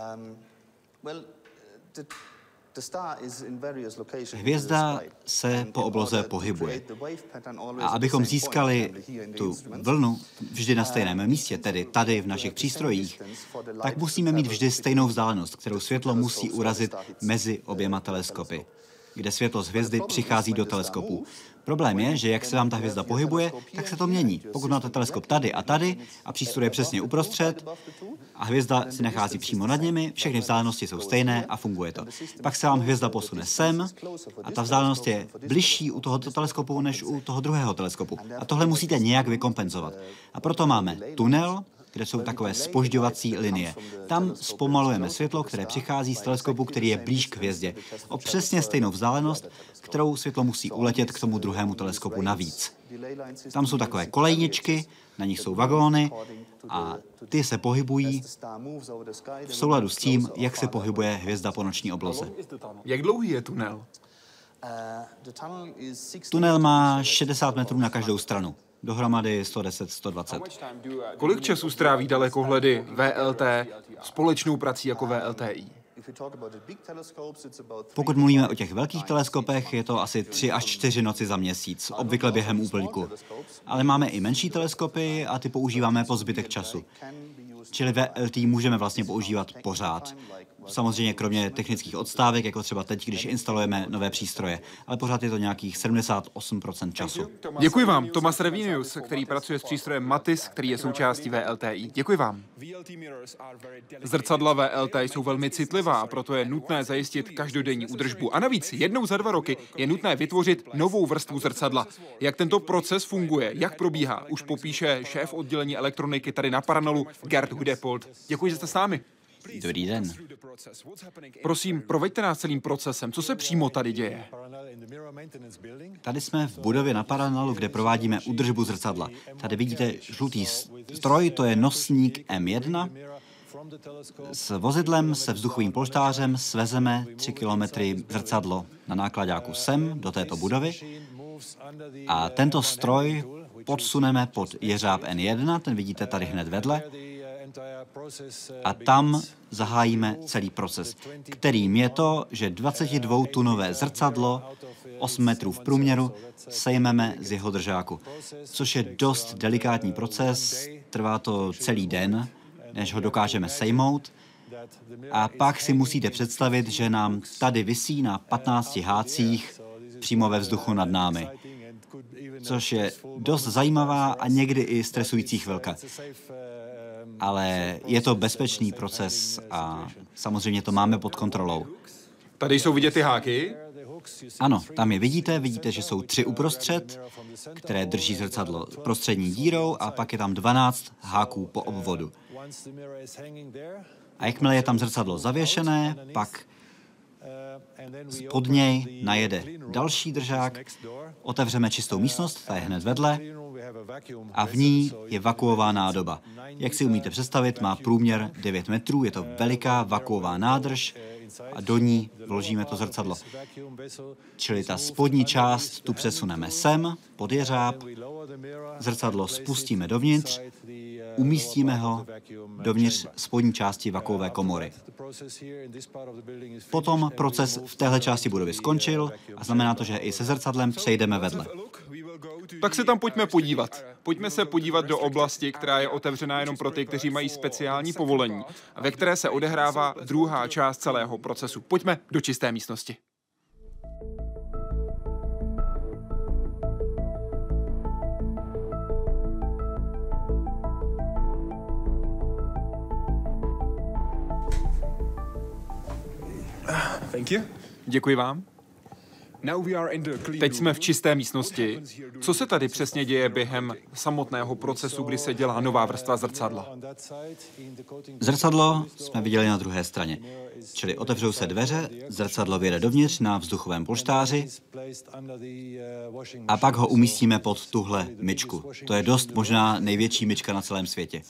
Hvězda se po obloze pohybuje. A abychom získali tu vlnu vždy na stejném místě, tedy tady v našich přístrojích, tak musíme mít vždy stejnou vzdálenost, kterou světlo musí urazit mezi oběma teleskopy, kde světlo z hvězdy přichází do teleskopu. Problém je, že jak se vám ta hvězda pohybuje, tak se to mění. Pokud máte teleskop tady a tady a přístroj je přesně uprostřed a hvězda se nachází přímo nad nimi, všechny vzdálenosti jsou stejné a funguje to. Pak se vám hvězda posune sem a ta vzdálenost je bližší u tohoto teleskopu než u toho druhého teleskopu. A tohle musíte nějak vykompenzovat. A proto máme tunel, kde jsou takové zpožďovací linie. Tam zpomalujeme světlo, které přichází z teleskopu, který je blíž k hvězdě, o přesně stejnou vzdálenost, kterou světlo musí uletět k tomu druhému teleskopu navíc. Tam jsou takové kolejničky, na nich jsou vagóny a ty se pohybují v souladu s tím, jak se pohybuje hvězda po noční obloze. Jak dlouhý je tunel? Tunel má šedesát metrů na každou stranu. Dohromady sto deset, sto dvacet. Kolik času stráví dalekohledy V L T společnou prací jako V L T I? Pokud mluvíme o těch velkých teleskopech, je to asi tři až čtyři noci za měsíc, obvykle během úplňku. Ale máme i menší teleskopy a ty používáme po zbytek času. Čili V L T můžeme vlastně používat pořád. Samozřejmě kromě technických odstávek, jako třeba teď, když instalujeme nové přístroje. Ale pořád je to nějakých sedmdesát osm procent času. Děkuji vám, Tomas Revinius, který pracuje s přístrojem MATIS, který je součástí V L T I. Děkuji vám. Zrcadla V L T jsou velmi citlivá, a proto je nutné zajistit každodenní údržbu. A navíc jednou za dva roky je nutné vytvořit novou vrstvu zrcadla. Jak tento proces funguje, jak probíhá, už popíše šéf oddělení elektroniky tady na Paranelu Gerd Hudepold. Děkuji, že jste s námi. Dobrý den. Prosím, proveďte nás celým procesem. Co se přímo tady děje? Tady jsme v budově na Paranelu, kde provádíme údržbu zrcadla. Tady vidíte žlutý stroj, to je nosník M jedna. S vozidlem se vzduchovým polštářem svezeme tři kilometry zrcadlo na nákladáku sem, do této budovy. A tento stroj podsuneme pod jeřáb N jedna, ten vidíte tady hned vedle. A tam zahájíme celý proces, kterým je to, že dvacetidvoutunové zrcadlo, osm metrů v průměru, sejmeme z jeho držáku, což je dost delikátní proces, trvá to celý den, než ho dokážeme sejmout. A pak si musíte představit, že nám tady visí na patnácti hácích přímo ve vzduchu nad námi. Což je dost zajímavá a někdy i stresující chvilka. Ale je to bezpečný proces a samozřejmě to máme pod kontrolou. Tady jsou vidět ty háky? Ano, tam je vidíte, vidíte, že jsou tři uprostřed, které drží zrcadlo prostřední dírou a pak je tam dvanáct háků po obvodu. A jakmile je tam zrcadlo zavěšené, pak pod něj najede další držák, otevřeme čistou místnost, ta je hned vedle, a v ní je vakuová nádoba. Jak si umíte představit, má průměr devět metrů, je to veliká vakuová nádrž a do ní vložíme to zrcadlo. Čili ta spodní část tu přesuneme sem, pod jeřáb, zrcadlo spustíme dovnitř, umístíme ho dovnitř spodní části vakuové komory. Potom proces v téhle části budovy skončil a znamená to, že i se zrcadlem přejdeme vedle. Tak se tam pojďme podívat. Pojďme se podívat do oblasti, která je otevřená jenom pro ty, kteří mají speciální povolení, a ve které se odehrává druhá část celého procesu. Pojďme do čisté místnosti. Thank you. Děkuji vám. Now we are in the clean Teď jsme v room. čisté místnosti. Co se tady přesně děje během samotného procesu, kdy se dělá nová vrstva zrcadla? Zrcadlo jsme viděli na druhé straně. Čili otevřou se dveře, zrcadlo vyjde dovnitř na vzduchovém polštáři a pak ho umístíme pod tuhle myčku. To je dost možná největší myčka na celém světě.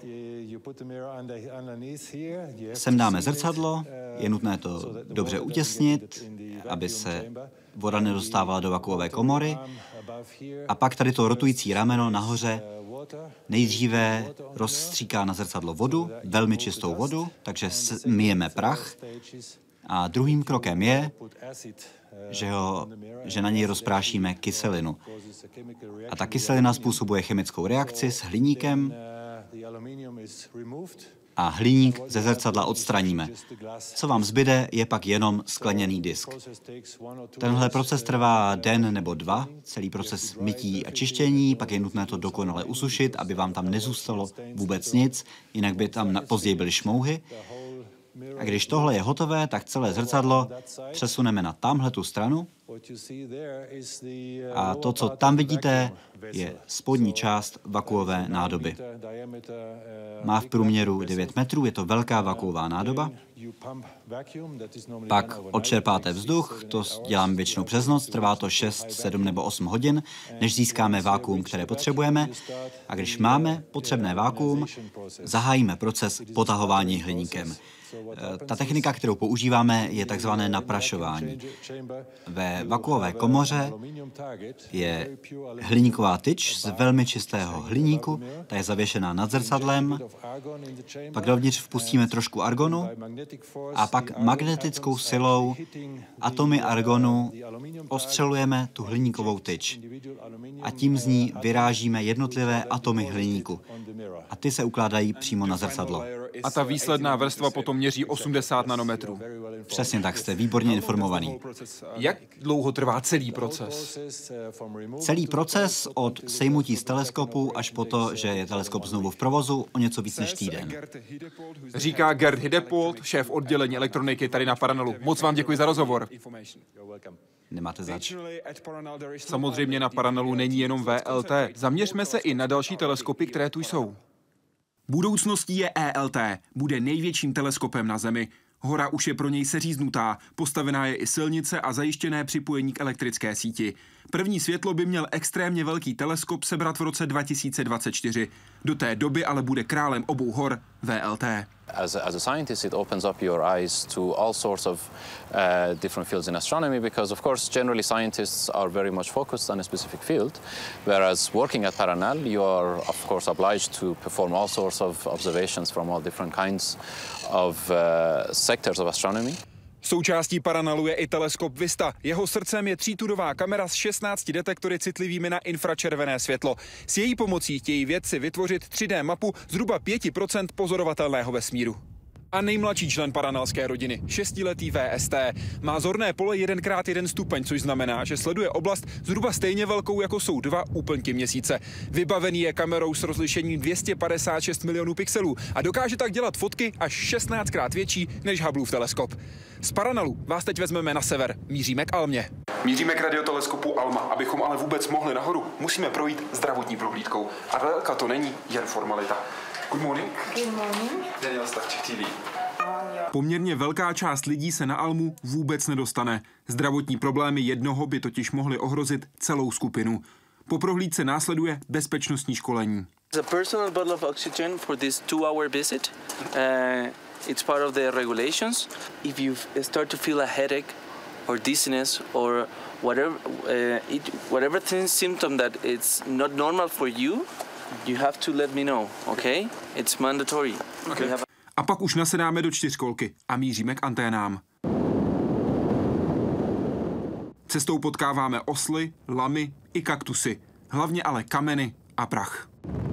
Sem dáme zrcadlo, je nutné to dobře utěsnit, aby se voda nedostávala do vakuové komory. A pak tady to rotující rameno nahoře nejdříve rozstříká na zrcadlo vodu, velmi čistou vodu, takže myjeme prach. A druhým krokem je, že, ho, že na něj rozprášíme kyselinu. A ta kyselina způsobuje chemickou reakci s hliníkem a hliník ze zrcadla odstraníme. Co vám zbyde, je pak jenom skleněný disk. Tenhle proces trvá den nebo dva, celý proces mytí a čištění, pak je nutné to dokonale usušit, aby vám tam nezůstalo vůbec nic, jinak by tam později byly šmouhy. A když tohle je hotové, tak celé zrcadlo přesuneme na tamhletu stranu. A to, co tam vidíte, je spodní část vakuové nádoby. Má v průměru devět metrů, je to velká vakuová nádoba. Pak odčerpáte vzduch, to dělám většinou přes noc, trvá to šest, sedm nebo osm hodin, než získáme vákuum, které potřebujeme. A když máme potřebné vákuum, zahájíme proces potahování hliníkem. Ta technika, kterou používáme, je takzvané naprašování. Ve vakuové komoře je hliníková tyč z velmi čistého hliníku, ta je zavěšená nad zrcadlem, pak dovnitř vpustíme trošku argonu a pak magnetickou silou atomy argonu ostřelujeme tu hliníkovou tyč a tím z ní vyrážíme jednotlivé atomy hliníku a ty se ukládají přímo na zrcadlo. A ta výsledná vrstva potom měří osmdesát nanometrů. Přesně tak, jste výborně informovaný. Jak dlouho trvá celý proces? Celý proces od sejmutí z teleskopu až po to, že je teleskop znovu v provozu, o něco víc než týden. Říká Gerd Hidepold, šéf oddělení elektroniky tady na Paranelu. Moc vám děkuji za rozhovor. Nemáte zač. Samozřejmě na Paranelu není jenom V L T. Zaměřme se i na další teleskopy, které tu jsou. Budoucností je E L T. Bude největším teleskopem na Zemi. Hora už je pro něj seříznutá, postavená je i silnice a zajištěné připojení k elektrické síti. První světlo by měl extrémně velký teleskop sebrat v roce dva tisíce dvacet čtyři. Do té doby ale bude králem obou hor V L T. As a, as a scientist, it opens up your eyes to all sorts of uh, different fields in astronomy because, of course, generally scientists are very much focused on a specific field, whereas working at Paranel, you are, of course, obliged to perform all sorts of observations from all different kinds of uh, sectors of astronomy. Součástí Paranelu je i teleskop Vista. Jeho srdcem je trítudová kamera s šestnácti detektory citlivými na infračervené světlo. S její pomocí chtějí vědci vytvořit tři dé mapu zhruba pět procent pozorovatelného vesmíru. A nejmladší člen paranalské rodiny, šestiletý V S T, má zorné pole jeden krát jeden stupeň, což znamená, že sleduje oblast zhruba stejně velkou, jako jsou dva úplňky měsíce. Vybavený je kamerou s rozlišením dvě stě padesát šest milionů pixelů a dokáže tak dělat fotky až šestnáctkrát větší než Hubbleův teleskop. Z Paranalu vás teď vezmeme na sever, míříme k Almě. Míříme k radioteleskopu Alma. Abychom ale vůbec mohli nahoru, musíme projít zdravotní prohlídkou. A délka to není jen formalita. Good morning. Good morning. Daniel Stavčík T V. Poměrně velká část lidí se na Almu vůbec nedostane. Zdravotní problémy jednoho by totiž mohly ohrozit celou skupinu. Po prohlídce následuje bezpečnostní školení. A personal bottle of oxygen for this two-hour visit. Uh, it's part of the regulations. If you start to feel a headache or dizziness or whatever, uh, it, whatever thing, symptom that it's not normal for you, you have to let me know, okay? It's mandatory. Okay. Have... A pak už nasedáme do čtyřkolky a míříme k anténám. Cestou potkáváme osly, lamy i kaktusy, hlavně ale kameny a prach.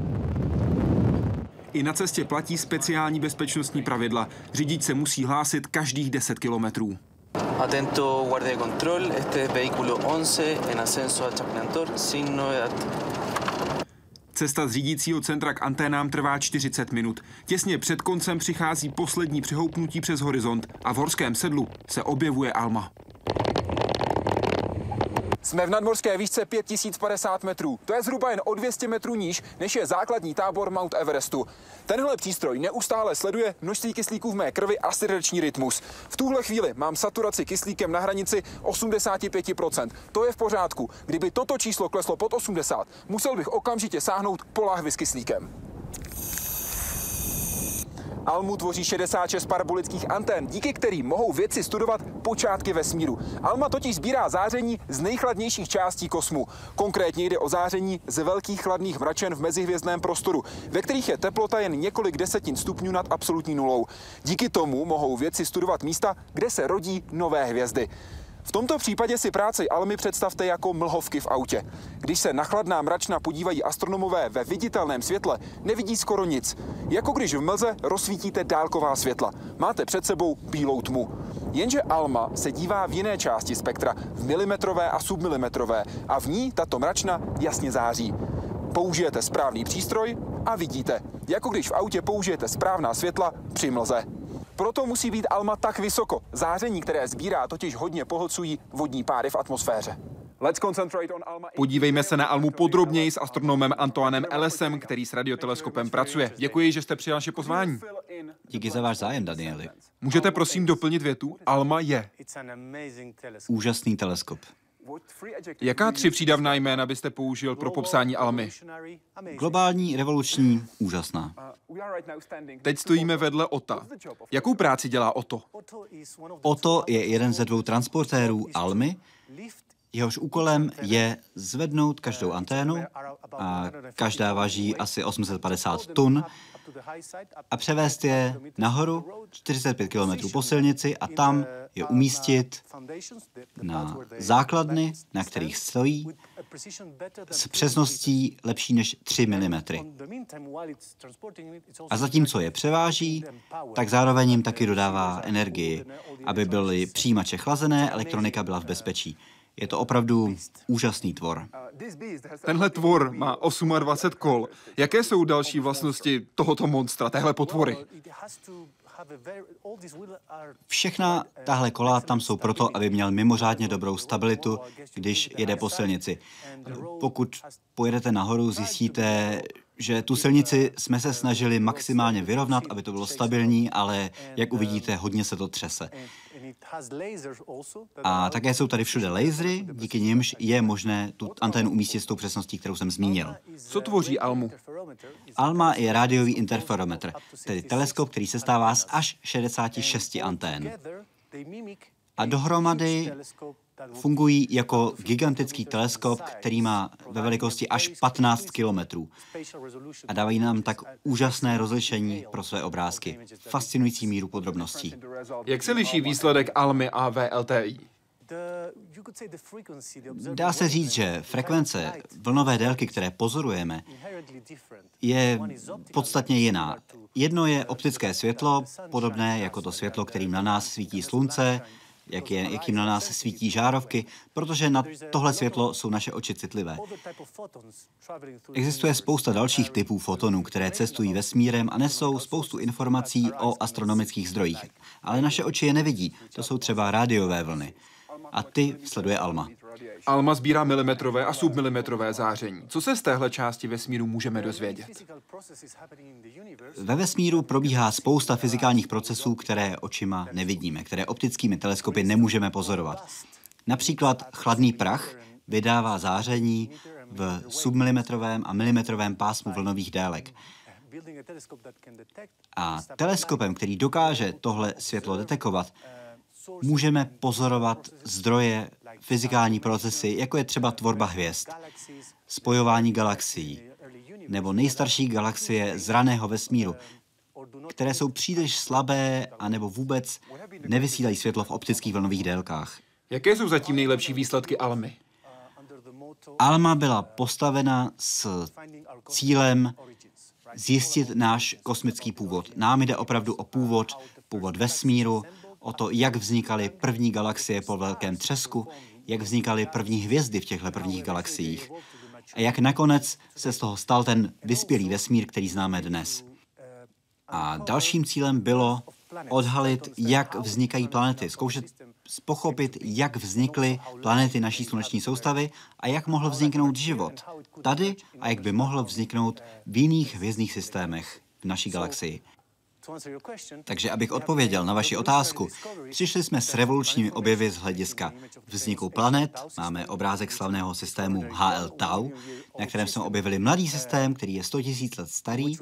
I na cestě platí speciální bezpečnostní pravidla. Řidič se musí hlásit každých deset kilometrů. Atento guardia control, este es vehículo once en ascenso al Chapinantor, signo de... Cesta z řídícího centra k anténám trvá čtyřicet minut. Těsně před koncem přichází poslední přihoupnutí přes horizont a v horském sedlu se objevuje Alma. Jsme v nadmořské výšce pět tisíc padesát metrů. To je zhruba jen o dvě stě metrů níž, než je základní tábor Mount Everestu. Tenhle přístroj neustále sleduje množství kyslíků v mé krvi a srdeční rytmus. V tuhle chvíli mám saturaci kyslíkem na hranici osmdesát pět procent. To je v pořádku. Kdyby toto číslo kleslo pod osmdesát, musel bych okamžitě sáhnout po láhvi s kyslíkem. Almu tvoří šedesát šest parabolických antén, díky kterým mohou vědci studovat počátky vesmíru. Alma totiž sbírá záření z nejchladnějších částí kosmu. Konkrétně jde o záření z velkých chladných mračen v mezihvězdném prostoru, ve kterých je teplota jen několik desetin stupňů nad absolutní nulou. Díky tomu mohou vědci studovat místa, kde se rodí nové hvězdy. V tomto případě si práci Almy představte jako mlhovky v autě. Když se na chladná mračna podívají astronomové ve viditelném světle, nevidí skoro nic. Jako když v mlze rozsvítíte dálková světla. Máte před sebou bílou tmu. Jenže Alma se dívá v jiné části spektra, v milimetrové a submilimetrové, a v ní tato mračna jasně září. Použijete správný přístroj a vidíte, jako když v autě použijete správná světla při mlze. Proto musí být Alma tak vysoko. Záření, které sbírá, totiž hodně pohlcují vodní páry v atmosféře. Podívejme se na Almu podrobněji s astronomem Antoinem Ellesem, který s radioteleskopem pracuje. Děkuji, že jste přijal naše pozvání. Díky za váš zájem, Danieli. Můžete prosím doplnit větu? Alma je úžasný teleskop. Jaká tři přídavná jména byste použil pro popsání Almy? Globální, revoluční, úžasná. Teď stojíme vedle Ota. Jakou práci dělá Oto? Oto je jeden ze dvou transportérů Almy. Jehož úkolem je zvednout každou anténu, a každá váží asi osm set padesát tun, a převést je nahoru čtyřicet pět kilometrů po silnici a tam je umístit na základny, na kterých stojí, s přesností lepší než tři milimetry. A zatímco je převáží, tak zároveň jim taky dodává energii, aby byly přijímače chlazené, elektronika byla v bezpečí. Je to opravdu úžasný tvor. Tenhle tvor má dvacet osm kol. Jaké jsou další vlastnosti tohoto monstra, téhle potvory? Všechna tahle kola tam jsou proto, aby měl mimořádně dobrou stabilitu, když jede po silnici. Pokud pojedete nahoru, zjistíte, že tu silnici jsme se snažili maximálně vyrovnat, aby to bylo stabilní, ale jak uvidíte, hodně se to třese. A také jsou tady všude lasery, díky nimž je možné tu anténu umístit s tou přesností, kterou jsem zmínil. Co tvoří Almu? Alma je rádiový interferometr, tedy teleskop, který sestává z až šedesáti šesti antén. A dohromady fungují jako gigantický teleskop, který má ve velikosti až patnáct kilometrů. A dávají nám tak úžasné rozlišení pro své obrázky. Fascinující míru podrobností. Jak se liší výsledek Almy a V L T I? Dá se říct, že frekvence vlnové délky, které pozorujeme, je podstatně jiná. Jedno je optické světlo, podobné jako to světlo, kterým na nás svítí slunce, jak je, jakým na nás svítí žárovky, protože na tohle světlo jsou naše oči citlivé. Existuje spousta dalších typů fotonů, které cestují vesmírem a nesou spoustu informací o astronomických zdrojích. Ale naše oči je nevidí, to jsou třeba rádiové vlny. A ty sleduje ALMA. ALMA sbírá milimetrové a submilimetrové záření. Co se z téhle části vesmíru můžeme dozvědět? Ve vesmíru probíhá spousta fyzikálních procesů, které očima nevidíme, které optickými teleskopy nemůžeme pozorovat. Například chladný prach vydává záření v submilimetrovém a milimetrovém pásmu vlnových délek. A teleskopem, který dokáže tohle světlo detekovat, můžeme pozorovat zdroje, fyzikální procesy, jako je třeba tvorba hvězd, spojování galaxií, nebo nejstarší galaxie z raného vesmíru, které jsou příliš slabé anebo vůbec nevysílají světlo v optických vlnových délkách. Jaké jsou zatím nejlepší výsledky ALMY? ALMA byla postavena s cílem zjistit náš kosmický původ. Nám jde opravdu o původ, původ vesmíru, o to, jak vznikaly první galaxie po velkém třesku, jak vznikaly první hvězdy v těchto prvních galaxiích a jak nakonec se z toho stal ten vyspělý vesmír, který známe dnes. A dalším cílem bylo odhalit, jak vznikají planety, zkoušet pochopit, jak vznikly planety naší sluneční soustavy a jak mohl vzniknout život tady a jak by mohl vzniknout v jiných hvězdných systémech v naší galaxii. Takže abych odpověděl na vaši otázku, přišli jsme s revolučními objevy z hlediska vzniku planet. Máme obrázek slavného systému H L Tau, na kterém jsme objevili mladý systém, který je sto tisíc let starý.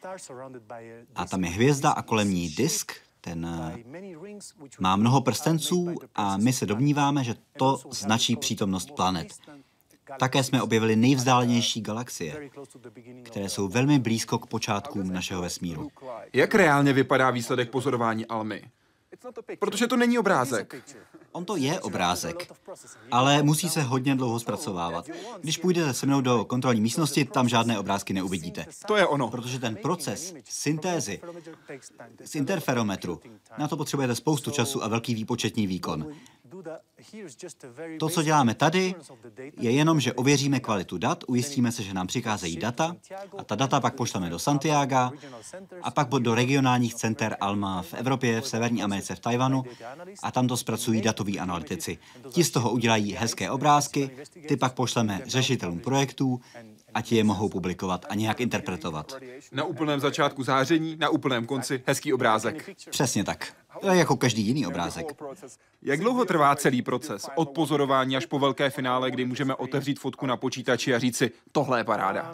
A tam je hvězda a kolem ní disk. Ten má mnoho prstenců a my se domníváme, že to značí přítomnost planet. Také jsme objevili nejvzdálenější galaxie, které jsou velmi blízko k počátkům našeho vesmíru. Jak reálně vypadá výsledek pozorování ALMY? Protože to není obrázek. On to je obrázek, ale musí se hodně dlouho zpracovávat. Když půjdete se mnou do kontrolní místnosti, tam žádné obrázky neuvidíte. To je ono. Protože ten proces syntézy z interferometru, na to potřebujete spoustu času a velký výpočetní výkon. To, co děláme tady, je jenom, že ověříme kvalitu dat, ujistíme se, že nám přicházejí data a ta data pak pošleme do Santiaga a pak do regionálních center ALMA v Evropě, v Severní Americe, v Tajvanu a tam to zpracují datoví analytici. Ti z toho udělají hezké obrázky, ty pak pošleme řešitelům projektů a ti je mohou publikovat a nějak interpretovat. Na úplném začátku záření, na úplném konci hezký obrázek. Přesně tak. Jako každý jiný obrázek. Jak dlouho trvá celý proces? Od pozorování až po velké finále, kdy můžeme otevřít fotku na počítači a říct si, tohle je paráda.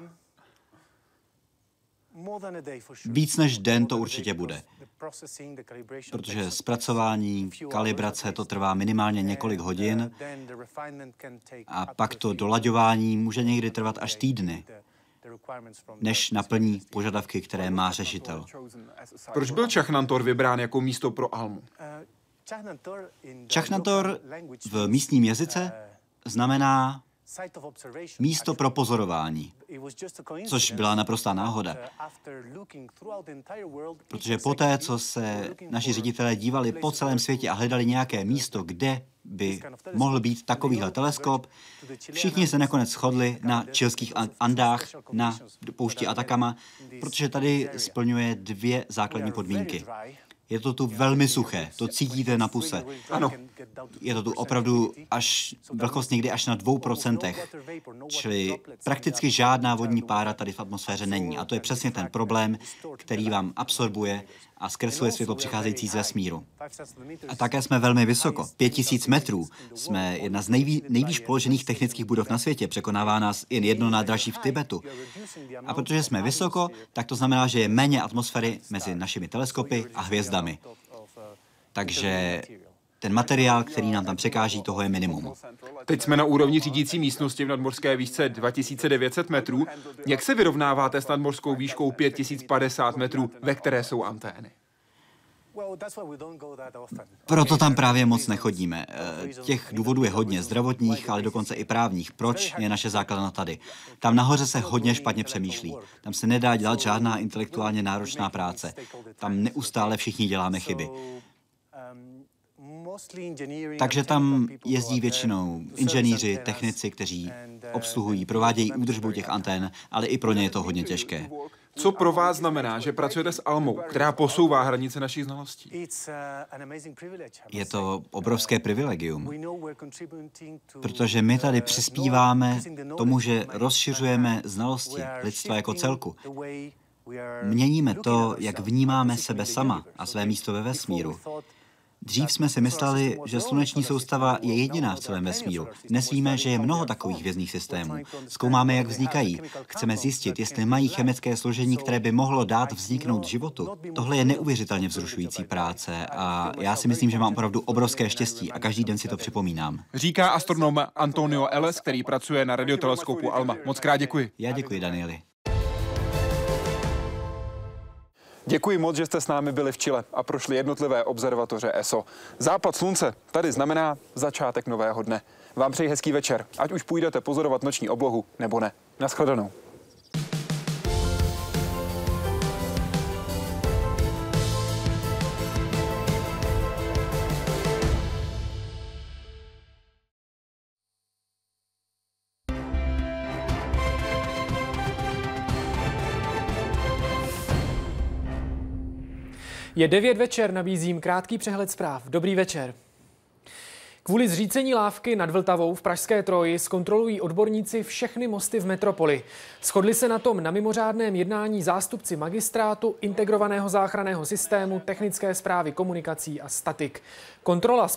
Víc než den to určitě bude. Protože zpracování, kalibrace, to trvá minimálně několik hodin a pak to dolaďování může někdy trvat až týdny, než naplní požadavky, které má řešitel. Proč byl Čachnantor vybrán jako místo pro ALMu? Čachnantor v místním jazyce znamená místo pro pozorování, což byla naprostá náhoda. Protože poté, co se naši ředitelé dívali po celém světě a hledali nějaké místo, kde by mohl být takovýhle teleskop, všichni se nakonec shodli na chilských Andách, na poušti Atacama, protože tady splňuje dvě základní podmínky. Je to tu velmi suché, to cítíte na puse. Ano. Je to tu opravdu až vlhkost někdy až na dvou procentech, čili prakticky žádná vodní pára tady v atmosféře není. A to je přesně ten problém, který vám absorbuje a zkresluje světlo přicházející z vesmíru. A také jsme velmi vysoko, pět tisíc metrů. Jsme jedna z nejví, nejvýš položených technických budov na světě, překonává nás jen jedno nádraží v Tibetu. A protože jsme vysoko, tak to znamená, že je méně atmosféry mezi našimi teleskopy a hvězdami. Takže ten materiál, který nám tam překáží, toho je minimum. Teď jsme na úrovni řídící místnosti v nadmořské výšce dva tisíce devět set metrů. Jak se vyrovnáváte s nadmořskou výškou pět tisíc padesát metrů, ve které jsou antény? Proto tam právě moc nechodíme. Těch důvodů je hodně zdravotních, ale dokonce i právních. Proč je naše základna tady? Tam nahoře se hodně špatně přemýšlí. Tam se nedá dělat žádná intelektuálně náročná práce. Tam neustále všichni děláme chyby. Takže tam jezdí většinou inženýři, technici, kteří obsluhují, provádějí údržbu těch antén, ale i pro ně je to hodně těžké. Co pro vás znamená, že pracujete s Almou, která posouvá hranice našich znalostí? Je to obrovské privilegium, protože my tady přispíváme tomu, že rozšiřujeme znalosti lidstva jako celku. Měníme to, jak vnímáme sebe sama a své místo ve vesmíru. Dřív jsme si mysleli, že sluneční soustava je jediná v celém vesmíru. Dnes víme, že je mnoho takových hvězdných systémů. Zkoumáme, jak vznikají. Chceme zjistit, jestli mají chemické složení, které by mohlo dát vzniknout životu. Tohle je neuvěřitelně vzrušující práce a já si myslím, že mám opravdu obrovské štěstí a každý den si to připomínám. Říká astronom Antonio Ellis, který pracuje na radioteleskopu ALMA. Moc krát děkuji. Já děkuji, Danieli. Děkuji moc, že jste s námi byli v Chile a prošli jednotlivé observatoře E S O. Západ slunce tady znamená začátek nového dne. Vám přeji hezký večer, ať už půjdete pozorovat noční oblohu nebo ne. Naschledanou. Je devět večer, nabízím krátký přehled zpráv. Dobrý večer. Kvůli zřícení lávky nad Vltavou v pražské Troji zkontrolují odborníci všechny mosty v metropoli. Shodli se na tom na mimořádném jednání zástupci magistrátu, integrovaného záchranného systému, technické správy komunikací a statik. Kontrola